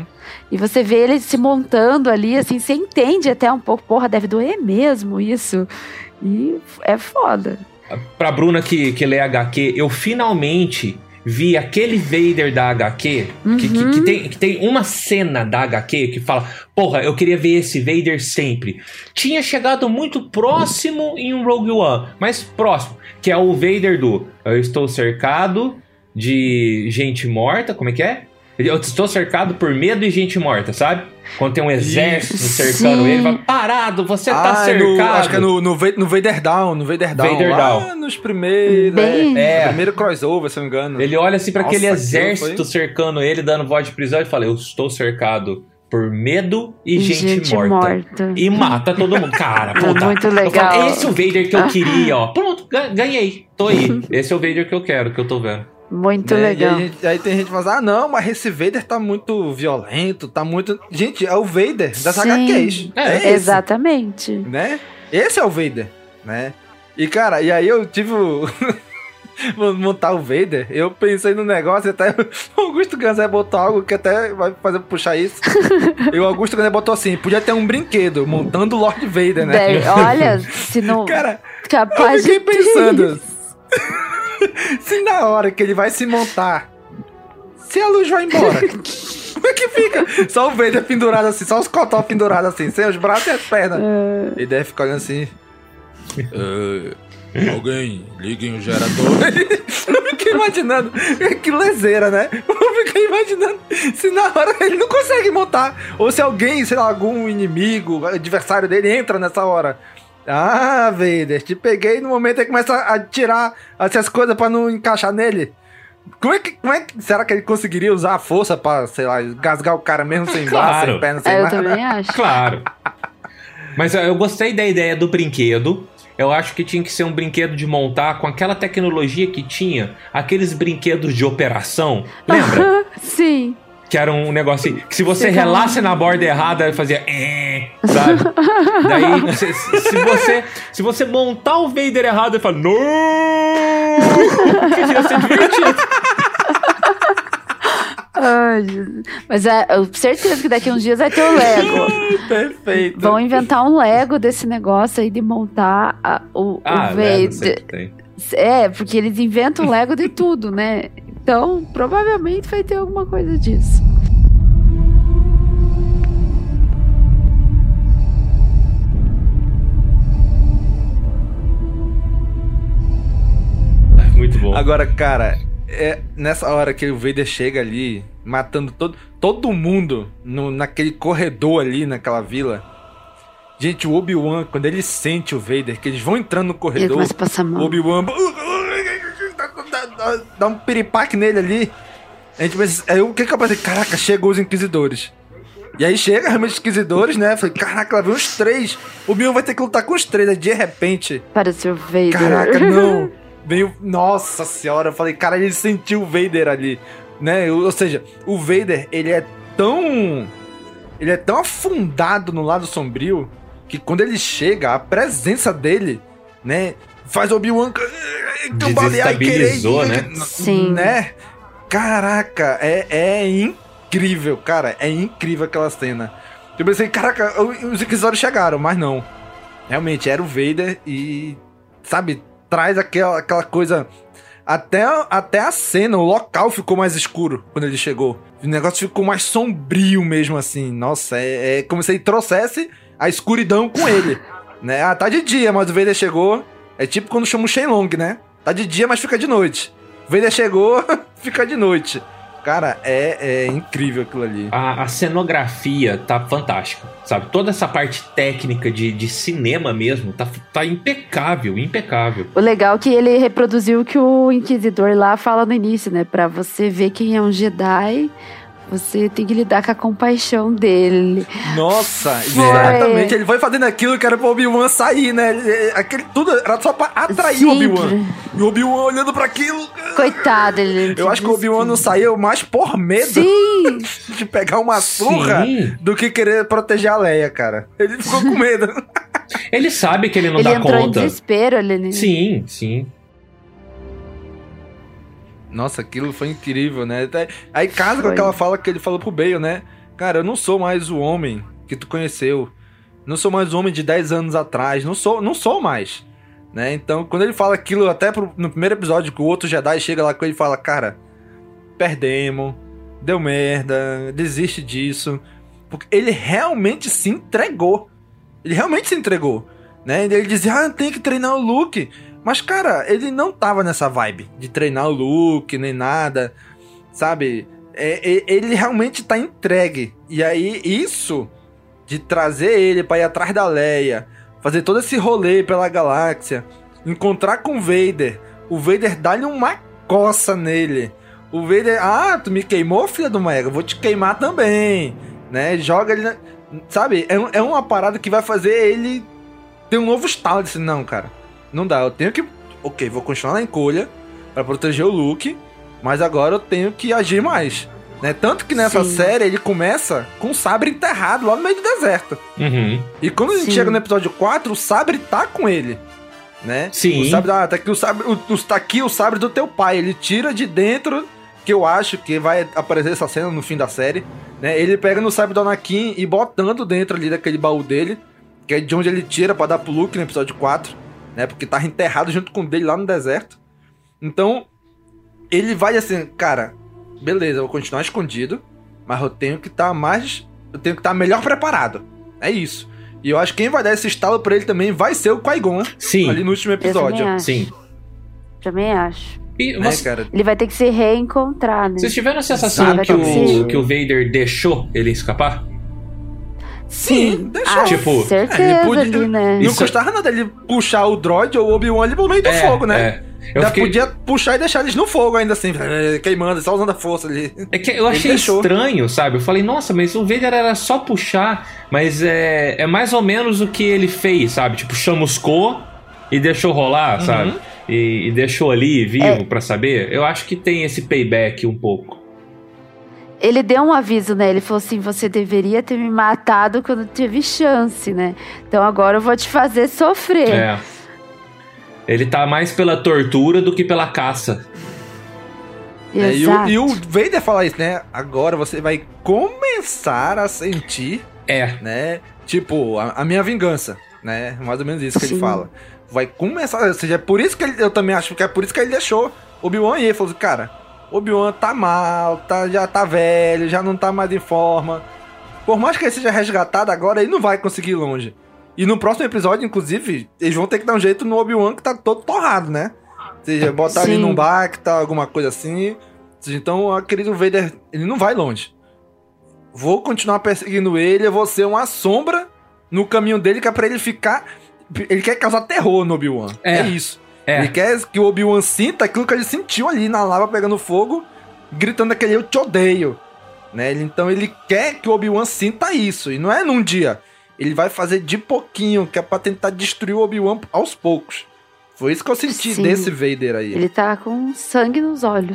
E você vê ele se montando ali, assim, você entende até um pouco, porra, deve doer mesmo isso. E é foda. Pra Bruna que lê HQ, eu finalmente vi aquele Vader da HQ, que tem uma cena da HQ que fala, porra, eu queria ver esse Vader sempre. Tinha chegado muito próximo em um Rogue One, mas próximo, que é o Vader do eu estou cercado de gente morta, como é que é? Eu estou cercado por medo e gente morta, sabe? Quando tem um exército cercando ele, vai parado, você tá cercado. Acho que é no Vader Down, Vader lá Down. Nos primeiros. Primeiro crossover, se não me engano. Ele olha assim pra aquele exército cercando ele, dando voz de prisão, e fala: eu estou cercado por medo e gente morta. E mata todo mundo. Cara, puta. Muito legal. Falo, esse é o Vader que eu queria, ó. Pronto, ganhei. Tô aí. Esse é o Vader que eu quero, que eu tô vendo. Muito legal. Aí tem gente que fala, não, mas esse Vader tá muito violento, tá muito... Gente, é o Vader das HQs. Exatamente. Né? Esse é o Vader, né? E, cara, e aí eu tive vou montar o Vader, eu pensei no negócio, até o Augusto Ganzé botou algo que até vai fazer puxar isso. E o Augusto Ganzé botou assim, podia ter um brinquedo montando o Lord Vader, né? Olha, se não... Cara, capaz eu fiquei pensando... Se na hora que ele vai se montar, se a luz vai embora, como é que fica? Só o Vader pendurado assim, só os cotó pendurados assim, sem os braços e as pernas. E deve ficar olhando assim. Alguém, liguem o gerador. Eu fiquei imaginando, que leseira, né? Eu fiquei imaginando se na hora ele não consegue montar, ou se alguém, sei lá, algum inimigo, adversário dele entra nessa hora. Ah, Vader, te peguei no momento aí começa a tirar essas coisas pra não encaixar nele. Como é que será que ele conseguiria usar a força pra, sei lá, gasgar o cara mesmo sem braço, sem perna, sem nada? Eu também acho. Claro. Mas eu gostei da ideia do brinquedo. Eu acho que tinha que ser um brinquedo de montar com aquela tecnologia que tinha aqueles brinquedos de operação. Lembra? Sim. Que era um negócio assim, que se você relasse na borda errada, fazia... sabe? Daí, se você montar o Vader errado, ele fala... Não! Que ia ser divertido. Ai, Jesus. Mas eu certeza que daqui uns dias vai ter o Lego. Perfeito. Vão inventar um Lego desse negócio aí de montar o Vader. Porque eles inventam Lego de tudo, né? Então, provavelmente vai ter alguma coisa disso. Muito bom. Agora, cara, nessa hora que o Vader chega ali, matando todo mundo naquele corredor ali, naquela vila. Gente, o Obi-Wan, quando ele sente o Vader, que eles vão entrando no corredor, o Obi-Wan dá um piripaque nele ali. A gente pensa, aí o que eu pensei? Caraca, chegou os Inquisidores. E aí chega realmente os Inquisidores, né? Falei, caraca, lá vem uns 3. O Obi-Wan vai ter que lutar com os 3, aí de repente... Pareceu o Vader. Caraca, não. Veio... Nossa senhora, eu falei, cara, ele sentiu o Vader ali, né? Ou seja, o Vader, ele é tão afundado no lado sombrio que quando ele chega, a presença dele, né, faz o Obi-Wan cambalear e querer ir, né? Sim. Né? Caraca, é incrível, cara. É incrível aquela cena. Eu pensei, caraca, os Inquisidores chegaram, mas não. Realmente, era o Vader e, sabe, traz aquela coisa... Até a cena, o local ficou mais escuro quando ele chegou. O negócio ficou mais sombrio mesmo, assim. Nossa, é como se ele trouxesse a escuridão com ele, né? Ah, tá de dia, mas o Vader chegou. É tipo quando chama o Shenlong, né? Tá de dia, mas fica de noite. O Vader chegou, fica de noite. Cara, é incrível aquilo ali. A cenografia tá fantástica, sabe? Toda essa parte técnica de cinema mesmo tá impecável, impecável. O legal é que ele reproduziu o que o Inquisidor lá fala no início, né? Pra você ver quem é um Jedi... Você tem que lidar com a compaixão dele. Nossa, exatamente. Ele foi fazendo aquilo que era pro Obi-Wan sair, né? Tudo era só pra atrair o Obi-Wan. E o Obi-Wan olhando pra aquilo. Coitado, ele. Eu acho que o Obi-Wan não saiu mais por medo de pegar uma surra do que querer proteger a Leia, cara. Ele ficou com medo. Ele sabe que ele não dá conta. Ele entrou em desespero ali, né? Sim, sim. Nossa, aquilo foi incrível, né? Aí casa com aquela fala que ele falou pro Bale, né? cara, eu não sou mais o homem que tu conheceu. Não sou mais o homem de 10 anos atrás. Não sou mais. Né? Então, quando ele fala aquilo, até no primeiro episódio, que o outro Jedi chega lá com ele e fala, cara, perdemos, deu merda, desiste disso. Porque ele realmente se entregou. Ele realmente se entregou. Né? Ele dizia, tem que treinar o Luke. Mas, cara, ele não tava nessa vibe de treinar o Luke, nem nada, sabe? Ele realmente tá entregue. E aí, isso de trazer ele pra ir atrás da Leia, fazer todo esse rolê pela galáxia, encontrar com o Vader dá-lhe uma coça nele. O Vader, tu me queimou, filha do Mega, vou te queimar também, né? Joga ele, sabe? É uma parada que vai fazer ele ter um novo estalo. Disse, não, cara, não dá, eu tenho que... Ok, vou continuar na encolha pra proteger o Luke, mas agora eu tenho que agir mais. Né? Tanto que nessa série ele começa com o sabre enterrado lá no meio do deserto. Uhum. E quando a gente chega no episódio 4, o sabre tá com ele. Né? Sim. O sabre, tá aqui o sabre, tá aqui o sabre do teu pai. Ele tira de dentro, que eu acho que vai aparecer essa cena no fim da série. Né? Ele pega no sabre do Anakin e botando dentro ali daquele baú dele, que é de onde ele tira pra dar pro Luke no episódio 4. Né? Porque tava enterrado junto com o dele lá no deserto. Então, ele vai assim, cara... Beleza, eu vou continuar escondido, mas eu tenho que estar melhor preparado. É isso. E eu acho que quem vai dar esse estalo pra ele também vai ser o Qui-Gon. Sim. Ali no último episódio. Também acho. E você... cara? Ele vai ter que se reencontrar, né? Vocês tiveram a sensação que o Vader deixou ele escapar? Sim, deixou. Tipo, certeza ele podia, ali, né? Não custava nada ele puxar o droid ou o Obi-Wan ali no meio do fogo, né? Podia puxar e deixar eles no fogo ainda assim, queimando, só usando a força ali. É que eu achei estranho, sabe? Eu falei, nossa, mas o Vader era só puxar, mas é mais ou menos o que ele fez, sabe? Tipo, chamuscou e deixou rolar, sabe? E deixou ali vivo pra saber. Eu acho que tem esse payback um pouco. Ele deu um aviso, né? Ele falou assim, você deveria ter me matado quando teve chance, né? Então agora eu vou te fazer sofrer. Ele tá mais pela tortura do que pela caça. E o Vader fala isso, né? Agora você vai começar a sentir... né? Tipo, a minha vingança, né? Mais ou menos isso que ele fala. Vai começar... Ou seja, é por isso que eu também acho que é por isso que ele deixou Obi-Wan ir. Ele falou assim, cara, Obi-Wan tá mal, já tá velho, já não tá mais em forma. Por mais que ele seja resgatado agora, ele não vai conseguir ir longe. E no próximo episódio, inclusive, eles vão ter que dar um jeito no Obi-Wan que tá todo torrado, né? Ou seja, botar ele num Bacta, alguma coisa assim. Ou seja, então, a querido Vader, ele não vai longe. Vou continuar perseguindo ele, eu vou ser uma sombra no caminho dele, que é pra ele ficar... Ele quer causar terror no Obi-Wan. É isso. Ele quer que o Obi-Wan sinta aquilo que ele sentiu ali na lava pegando fogo, gritando aquele eu te odeio. Né? Então ele quer que o Obi-Wan sinta isso. E não é num dia. Ele vai fazer de pouquinho, que é pra tentar destruir o Obi-Wan aos poucos. Foi isso que eu senti desse Vader aí. Ele tá com sangue nos olhos.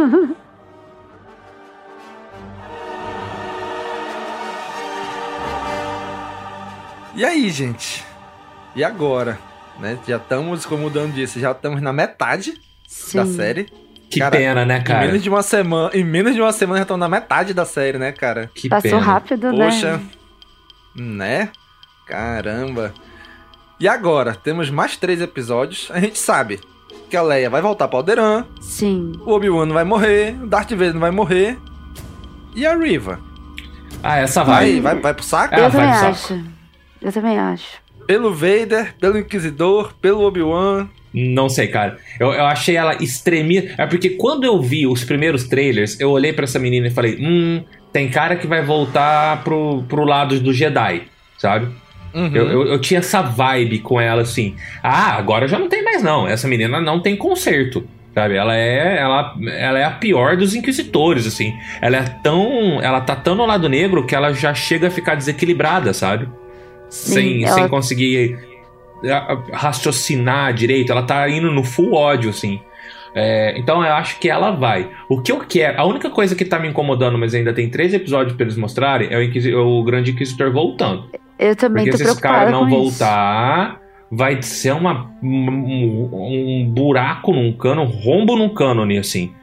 E aí, gente? E agora? Né? Já estamos, como o Dan disse, já estamos na metade da série. Que pena, né, cara? Em menos de uma semana já estamos na metade da série, né, cara? Que Passou pena. rápido, né? Poxa, né? Caramba. E agora? Temos mais 3 episódios. A gente sabe que a Leia vai voltar pra Alderaan. Sim. O Obi-Wan não vai morrer. O Darth Vader não vai morrer. E a Riva? Essa vai. Vai pro saco? Eu também acho. Eu também acho. Pelo Vader, pelo Inquisidor, pelo Obi-Wan. Não sei, cara. Eu achei ela extremista. É porque quando eu vi os primeiros trailers, eu olhei pra essa menina e falei, tem cara que vai voltar pro lado do Jedi, sabe? Eu tinha essa vibe com ela, assim. Agora já não tem mais, não. Essa menina não tem conserto, sabe? Ela é a pior dos inquisitores, assim. Ela tá tão no lado negro que ela já chega a ficar desequilibrada, sabe? Sem conseguir raciocinar direito. Ela tá indo no full ódio, assim. Então eu acho que ela vai. O que eu quero, a única coisa que tá me incomodando, mas ainda tem 3 episódios pra eles mostrarem, é o Grande Inquisitor voltando. Eu também tô preocupada. Porque se esse cara não voltar, vai ser um buraco num cano, um rombo num cânone, assim.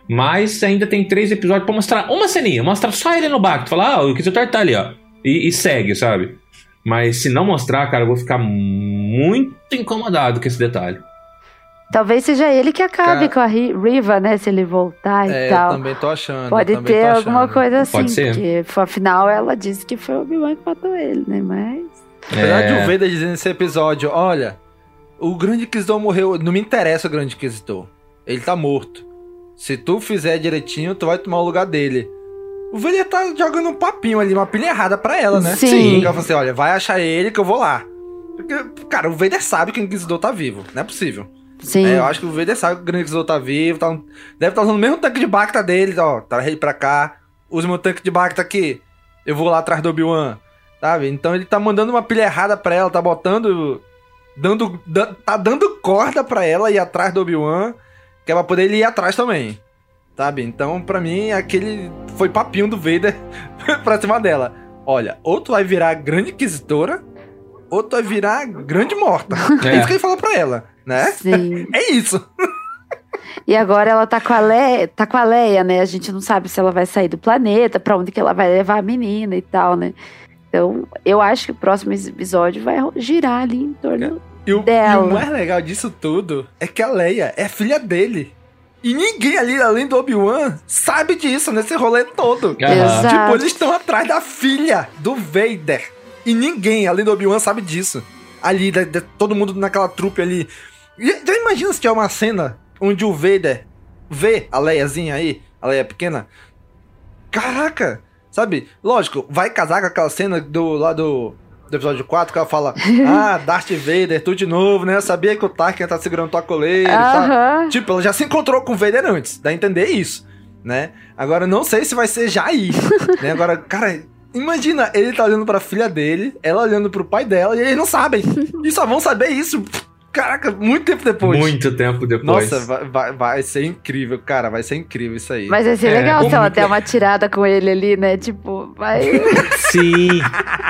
Mas ainda tem 3 episódios pra mostrar uma ceninha. Mostra só ele no barco. Fala, o Inquisidor tá ali, ó. E segue, sabe? Mas se não mostrar, cara, eu vou ficar muito incomodado com esse detalhe. Talvez seja ele que acabe com a Riva, né? Se ele voltar e tal. Eu também tô achando. Pode ter alguma coisa assim. Pode ser. Porque, afinal, ela disse que foi o Obi-Wan que matou ele, né? Mas... Apesar de o Vader dizer nesse episódio, olha, o Grande Inquisidor morreu. Não me interessa o Grande Inquisidor. Ele tá morto. Se tu fizer direitinho, tu vai tomar o lugar dele. O Vader tá jogando um papinho ali, uma pilha errada pra ela, né? Sim. Ela fala assim, olha, vai achar ele que eu vou lá. Porque, cara, o Vader sabe que o Inquisidor tá vivo. Não é possível. Sim. Eu acho que o Vader sabe que o Grande Inquisidor tá vivo. Deve estar usando o mesmo tanque de Bacta dele. Ó, traz ele pra cá. Usa meu tanque de Bacta aqui. Eu vou lá atrás do Obi-Wan. Sabe? Então ele tá mandando uma pilha errada pra ela. Tá botando... tá dando corda pra ela ir atrás do Obi-Wan. Que é pra poder ele ir atrás também. Sabe? Então, pra mim, aquele foi papinho do Vader pra cima dela. Olha, ou tu vai virar Grande Inquisitora, ou tu vai virar Grande Morta. É isso que ele falou pra ela, né? Sim. É isso. E agora ela tá com a Leia, né? A gente não sabe se ela vai sair do planeta, pra onde que ela vai levar a menina e tal, né? Então, eu acho que o próximo episódio vai girar ali em torno dela. E o mais legal disso tudo é que a Leia é filha dele. E ninguém ali, além do Obi-Wan, sabe disso nesse rolê todo. Exato. Tipo, eles estão atrás da filha do Vader. E ninguém, além do Obi-Wan, sabe disso. Ali, todo mundo naquela trupe ali. Já imagina se tiver uma cena onde o Vader vê a Leiazinha aí, a Leia pequena. Caraca, sabe? Lógico, vai casar com aquela cena do episódio 4, que ela fala, Darth Vader, tu de novo, né? Eu sabia que o Tarkin tá segurando tua coleira e tal. Tipo, ela já se encontrou com o Vader antes, dá a entender isso, né? Agora, não sei se vai ser já aí, né? Agora, cara, imagina, ele tá olhando pra filha dele, ela olhando pro pai dela, e eles não sabem. E só vão saber isso, caraca, muito tempo depois. Muito tempo depois. Nossa, vai ser incrível, cara, vai ser incrível isso aí. Mas vai ser legal se ela der uma tirada com ele ali, né? Tipo, vai... Sim.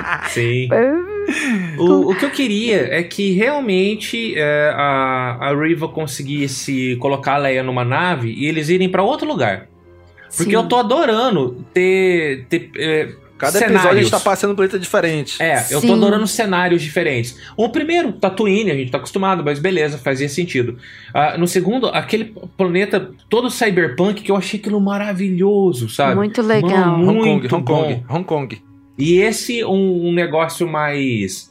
O que eu queria é que realmente a Riva conseguisse colocar a Leia numa nave e eles irem pra outro lugar. Porque eu tô adorando ter cada cenários. episódio a gente tá passando um planeta diferente. Eu tô adorando cenários diferentes. O primeiro, Tatooine, a gente tá acostumado, mas beleza, fazia sentido. No segundo, aquele planeta todo cyberpunk que eu achei aquilo maravilhoso, sabe? Muito legal. Muito Hong Kong. E esse, um negócio mais...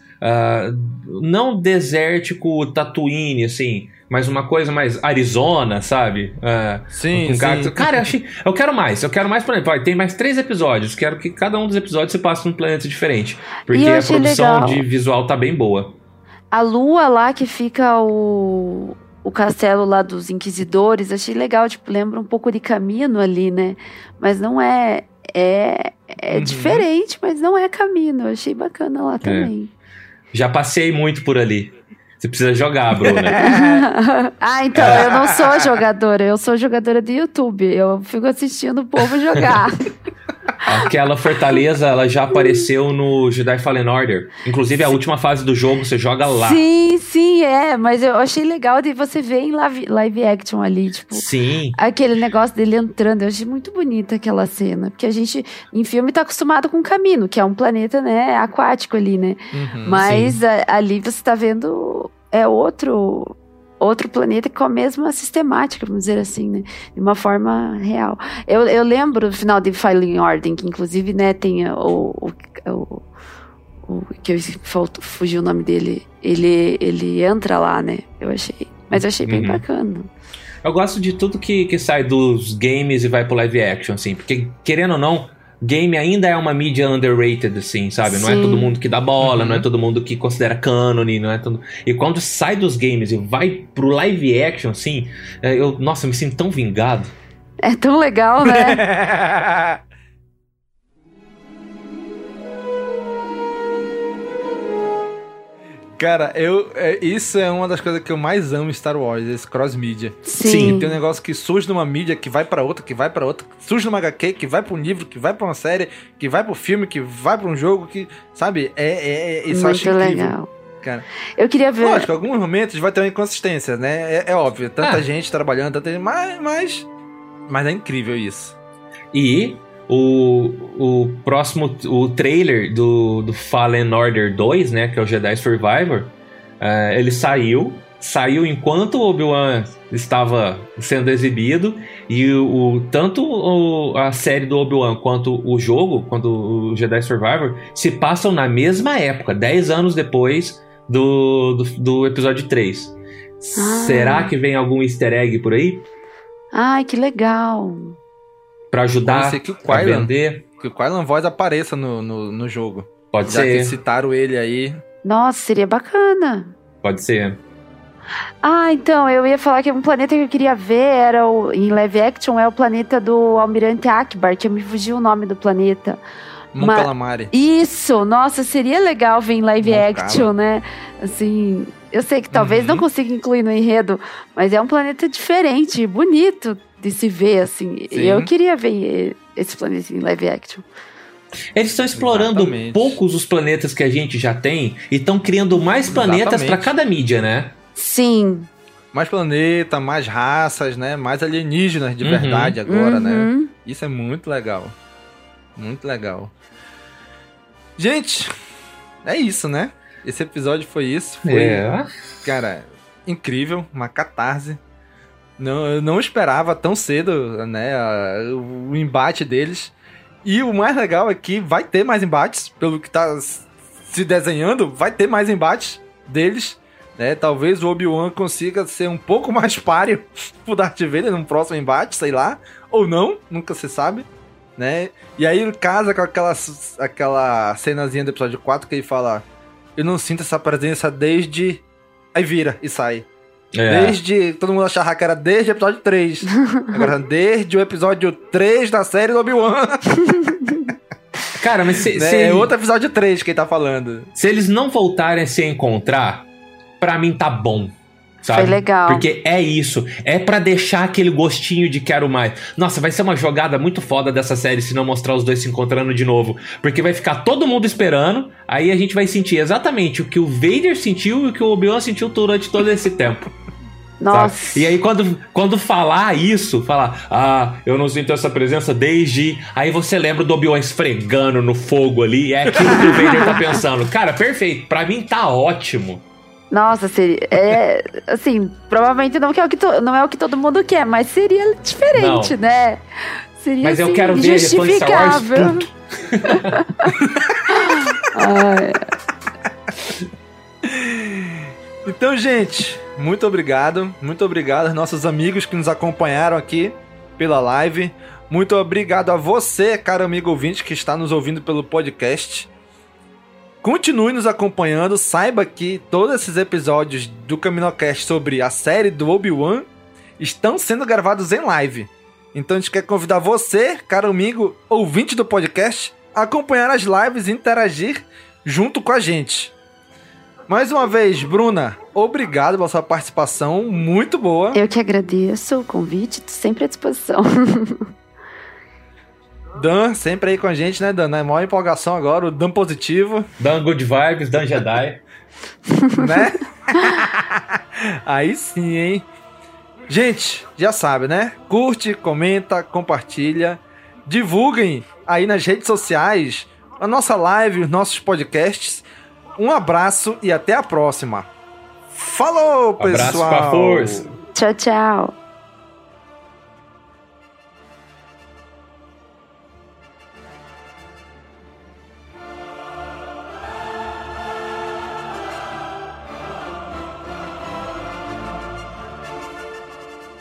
não desértico Tatooine, assim... Mas uma coisa mais Arizona, sabe? Sim. Cara, eu quero mais. Por exemplo, tem mais 3 episódios. Quero que cada um dos episódios se passe num planeta diferente. Porque a produção de visual tá bem boa. A lua lá que fica o castelo lá dos Inquisidores, achei legal. Tipo, lembra um pouco de Camino ali, né? Mas não é... É diferente, mas não é Camino. Eu achei bacana lá também. Já passei muito por ali. Você precisa jogar, Bruna. Então, eu não sou jogadora. Eu sou jogadora de YouTube. Eu fico assistindo o povo jogar. Aquela fortaleza, ela já apareceu no Jedi Fallen Order. Inclusive, a última fase do jogo, você joga lá. Sim, mas eu achei legal de você ver em live action ali, tipo... Sim. Aquele negócio dele entrando. Eu achei muito bonita aquela cena. Porque a gente, em filme, tá acostumado com o Camino, que é um planeta, né, aquático ali, né? Mas ali você tá vendo... outro planeta com a mesma sistemática, vamos dizer assim, né? De uma forma real. Eu lembro do final de Fallen Order, que inclusive, né, tem o que fugiu o nome dele. Ele entra lá, né? Eu achei bem bacana. Eu gosto de tudo que sai dos games e vai pro live action, assim, porque, querendo ou não, game ainda é uma mídia underrated, assim, sabe? Não é todo mundo que dá bola, não é todo mundo que considera cânone, não é todo... E quando sai dos games e vai pro live action, assim, eu me sinto tão vingado. É tão legal, né? Cara, isso é uma das coisas que eu mais amo em Star Wars, esse cross-mídia. Sim. Tem um negócio que surge numa mídia, que vai pra outra, surge numa HQ, que vai pra um livro, que vai pra uma série, que vai pro filme, que vai pra um jogo, que, sabe, isso eu acho incrível. Legal. Cara. Eu queria ver... Lógico, em alguns momentos vai ter uma inconsistência, né? É óbvio, tanta gente trabalhando, mas Mas é incrível isso. E o próximo, o trailer do Fallen Order 2, né, que é o Jedi Survivor, ele saiu enquanto o Obi-Wan estava sendo exibido, e tanto a série do Obi-Wan quanto o jogo, quanto o Jedi Survivor, se passam na mesma época, 10 anos depois do episódio 3. Será que vem algum easter egg por aí? Ai, que legal. Pra ajudar a vender? Que o Quinlan Voss apareça no jogo. Pode Já ser. que citaram ele aí. Nossa, seria bacana. Pode ser. Então, eu ia falar que um planeta que eu queria ver em live action é o planeta do Almirante Akbar, que me fugiu o nome do planeta. Mon Calamari. Isso! Nossa, seria legal ver em live action, né? Assim, eu sei que talvez não consiga incluir no enredo, mas é um planeta diferente, bonito de se ver, assim. Sim. Eu queria ver esse planeta em live action. Eles estão explorando poucos os planetas que a gente já tem e estão criando mais planetas para cada mídia, né? Sim. Mais planeta, mais raças, né? Mais alienígenas de verdade agora, né? Isso é muito legal. Muito legal. Gente, é isso, né? Esse episódio foi isso. Foi, cara, incrível. Uma catarse. Eu não esperava tão cedo, né? O embate deles. E o mais legal é que vai ter mais embates. Pelo que tá se desenhando, vai ter mais embates deles. Né? Talvez o Obi-Wan consiga ser um pouco mais páreo pro Darth Vader num próximo embate, sei lá. Ou não, nunca se sabe. Né? E aí ele casa com aquela cenazinha do episódio 4 que ele fala: eu não sinto essa presença desde... Aí vira e sai. Desde... Todo mundo achava que era desde o episódio 3. Agora, desde o episódio 3 da série do Obi-Wan. Cara, mas é outro episódio 3 que ele tá falando. Se eles não voltarem a se encontrar, pra mim tá bom. Sabe? Foi legal. Porque é isso. É pra deixar aquele gostinho de quero mais. Nossa, vai ser uma jogada muito foda dessa série se não mostrar os dois se encontrando de novo. Porque vai ficar todo mundo esperando. Aí a gente vai sentir exatamente o que o Vader sentiu e o que o Obi-Wan sentiu durante todo esse tempo. Nossa. Sabe? E aí quando falar isso, falar, eu não sinto essa presença desde... Aí você lembra do Obi-Wan esfregando no fogo ali. É aquilo que o Vader tá pensando. Cara, perfeito. Pra mim tá ótimo. Nossa, seria... assim, provavelmente não é o que todo mundo quer, mas seria diferente, né? Seria, mas assim, eu quero ver justificável. Então, gente, muito obrigado. Muito obrigado aos nossos amigos que nos acompanharam aqui pela live. Muito obrigado a você, caro amigo ouvinte, que está nos ouvindo pelo podcast. Continue nos acompanhando, saiba que todos esses episódios do CaminoCast sobre a série do Obi-Wan estão sendo gravados em live. Então a gente quer convidar você, caro amigo ouvinte do podcast, a acompanhar as lives e interagir junto com a gente. Mais uma vez, Bruna, obrigado pela sua participação, muito boa. Eu que agradeço o convite, tô sempre à disposição. Dan, sempre aí com a gente, né, Dan? É maior empolgação agora, o Dan positivo. Dan Good Vibes, Dan Jedi. Né? Aí sim, hein? Gente, já sabe, né? Curte, comenta, compartilha. Divulguem aí nas redes sociais a nossa live, os nossos podcasts. Um abraço e até a próxima. Falou, pessoal! Abraço pra força! Tchau, tchau!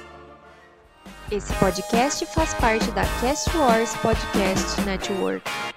Esse podcast faz parte da Cast Wars Podcast Network.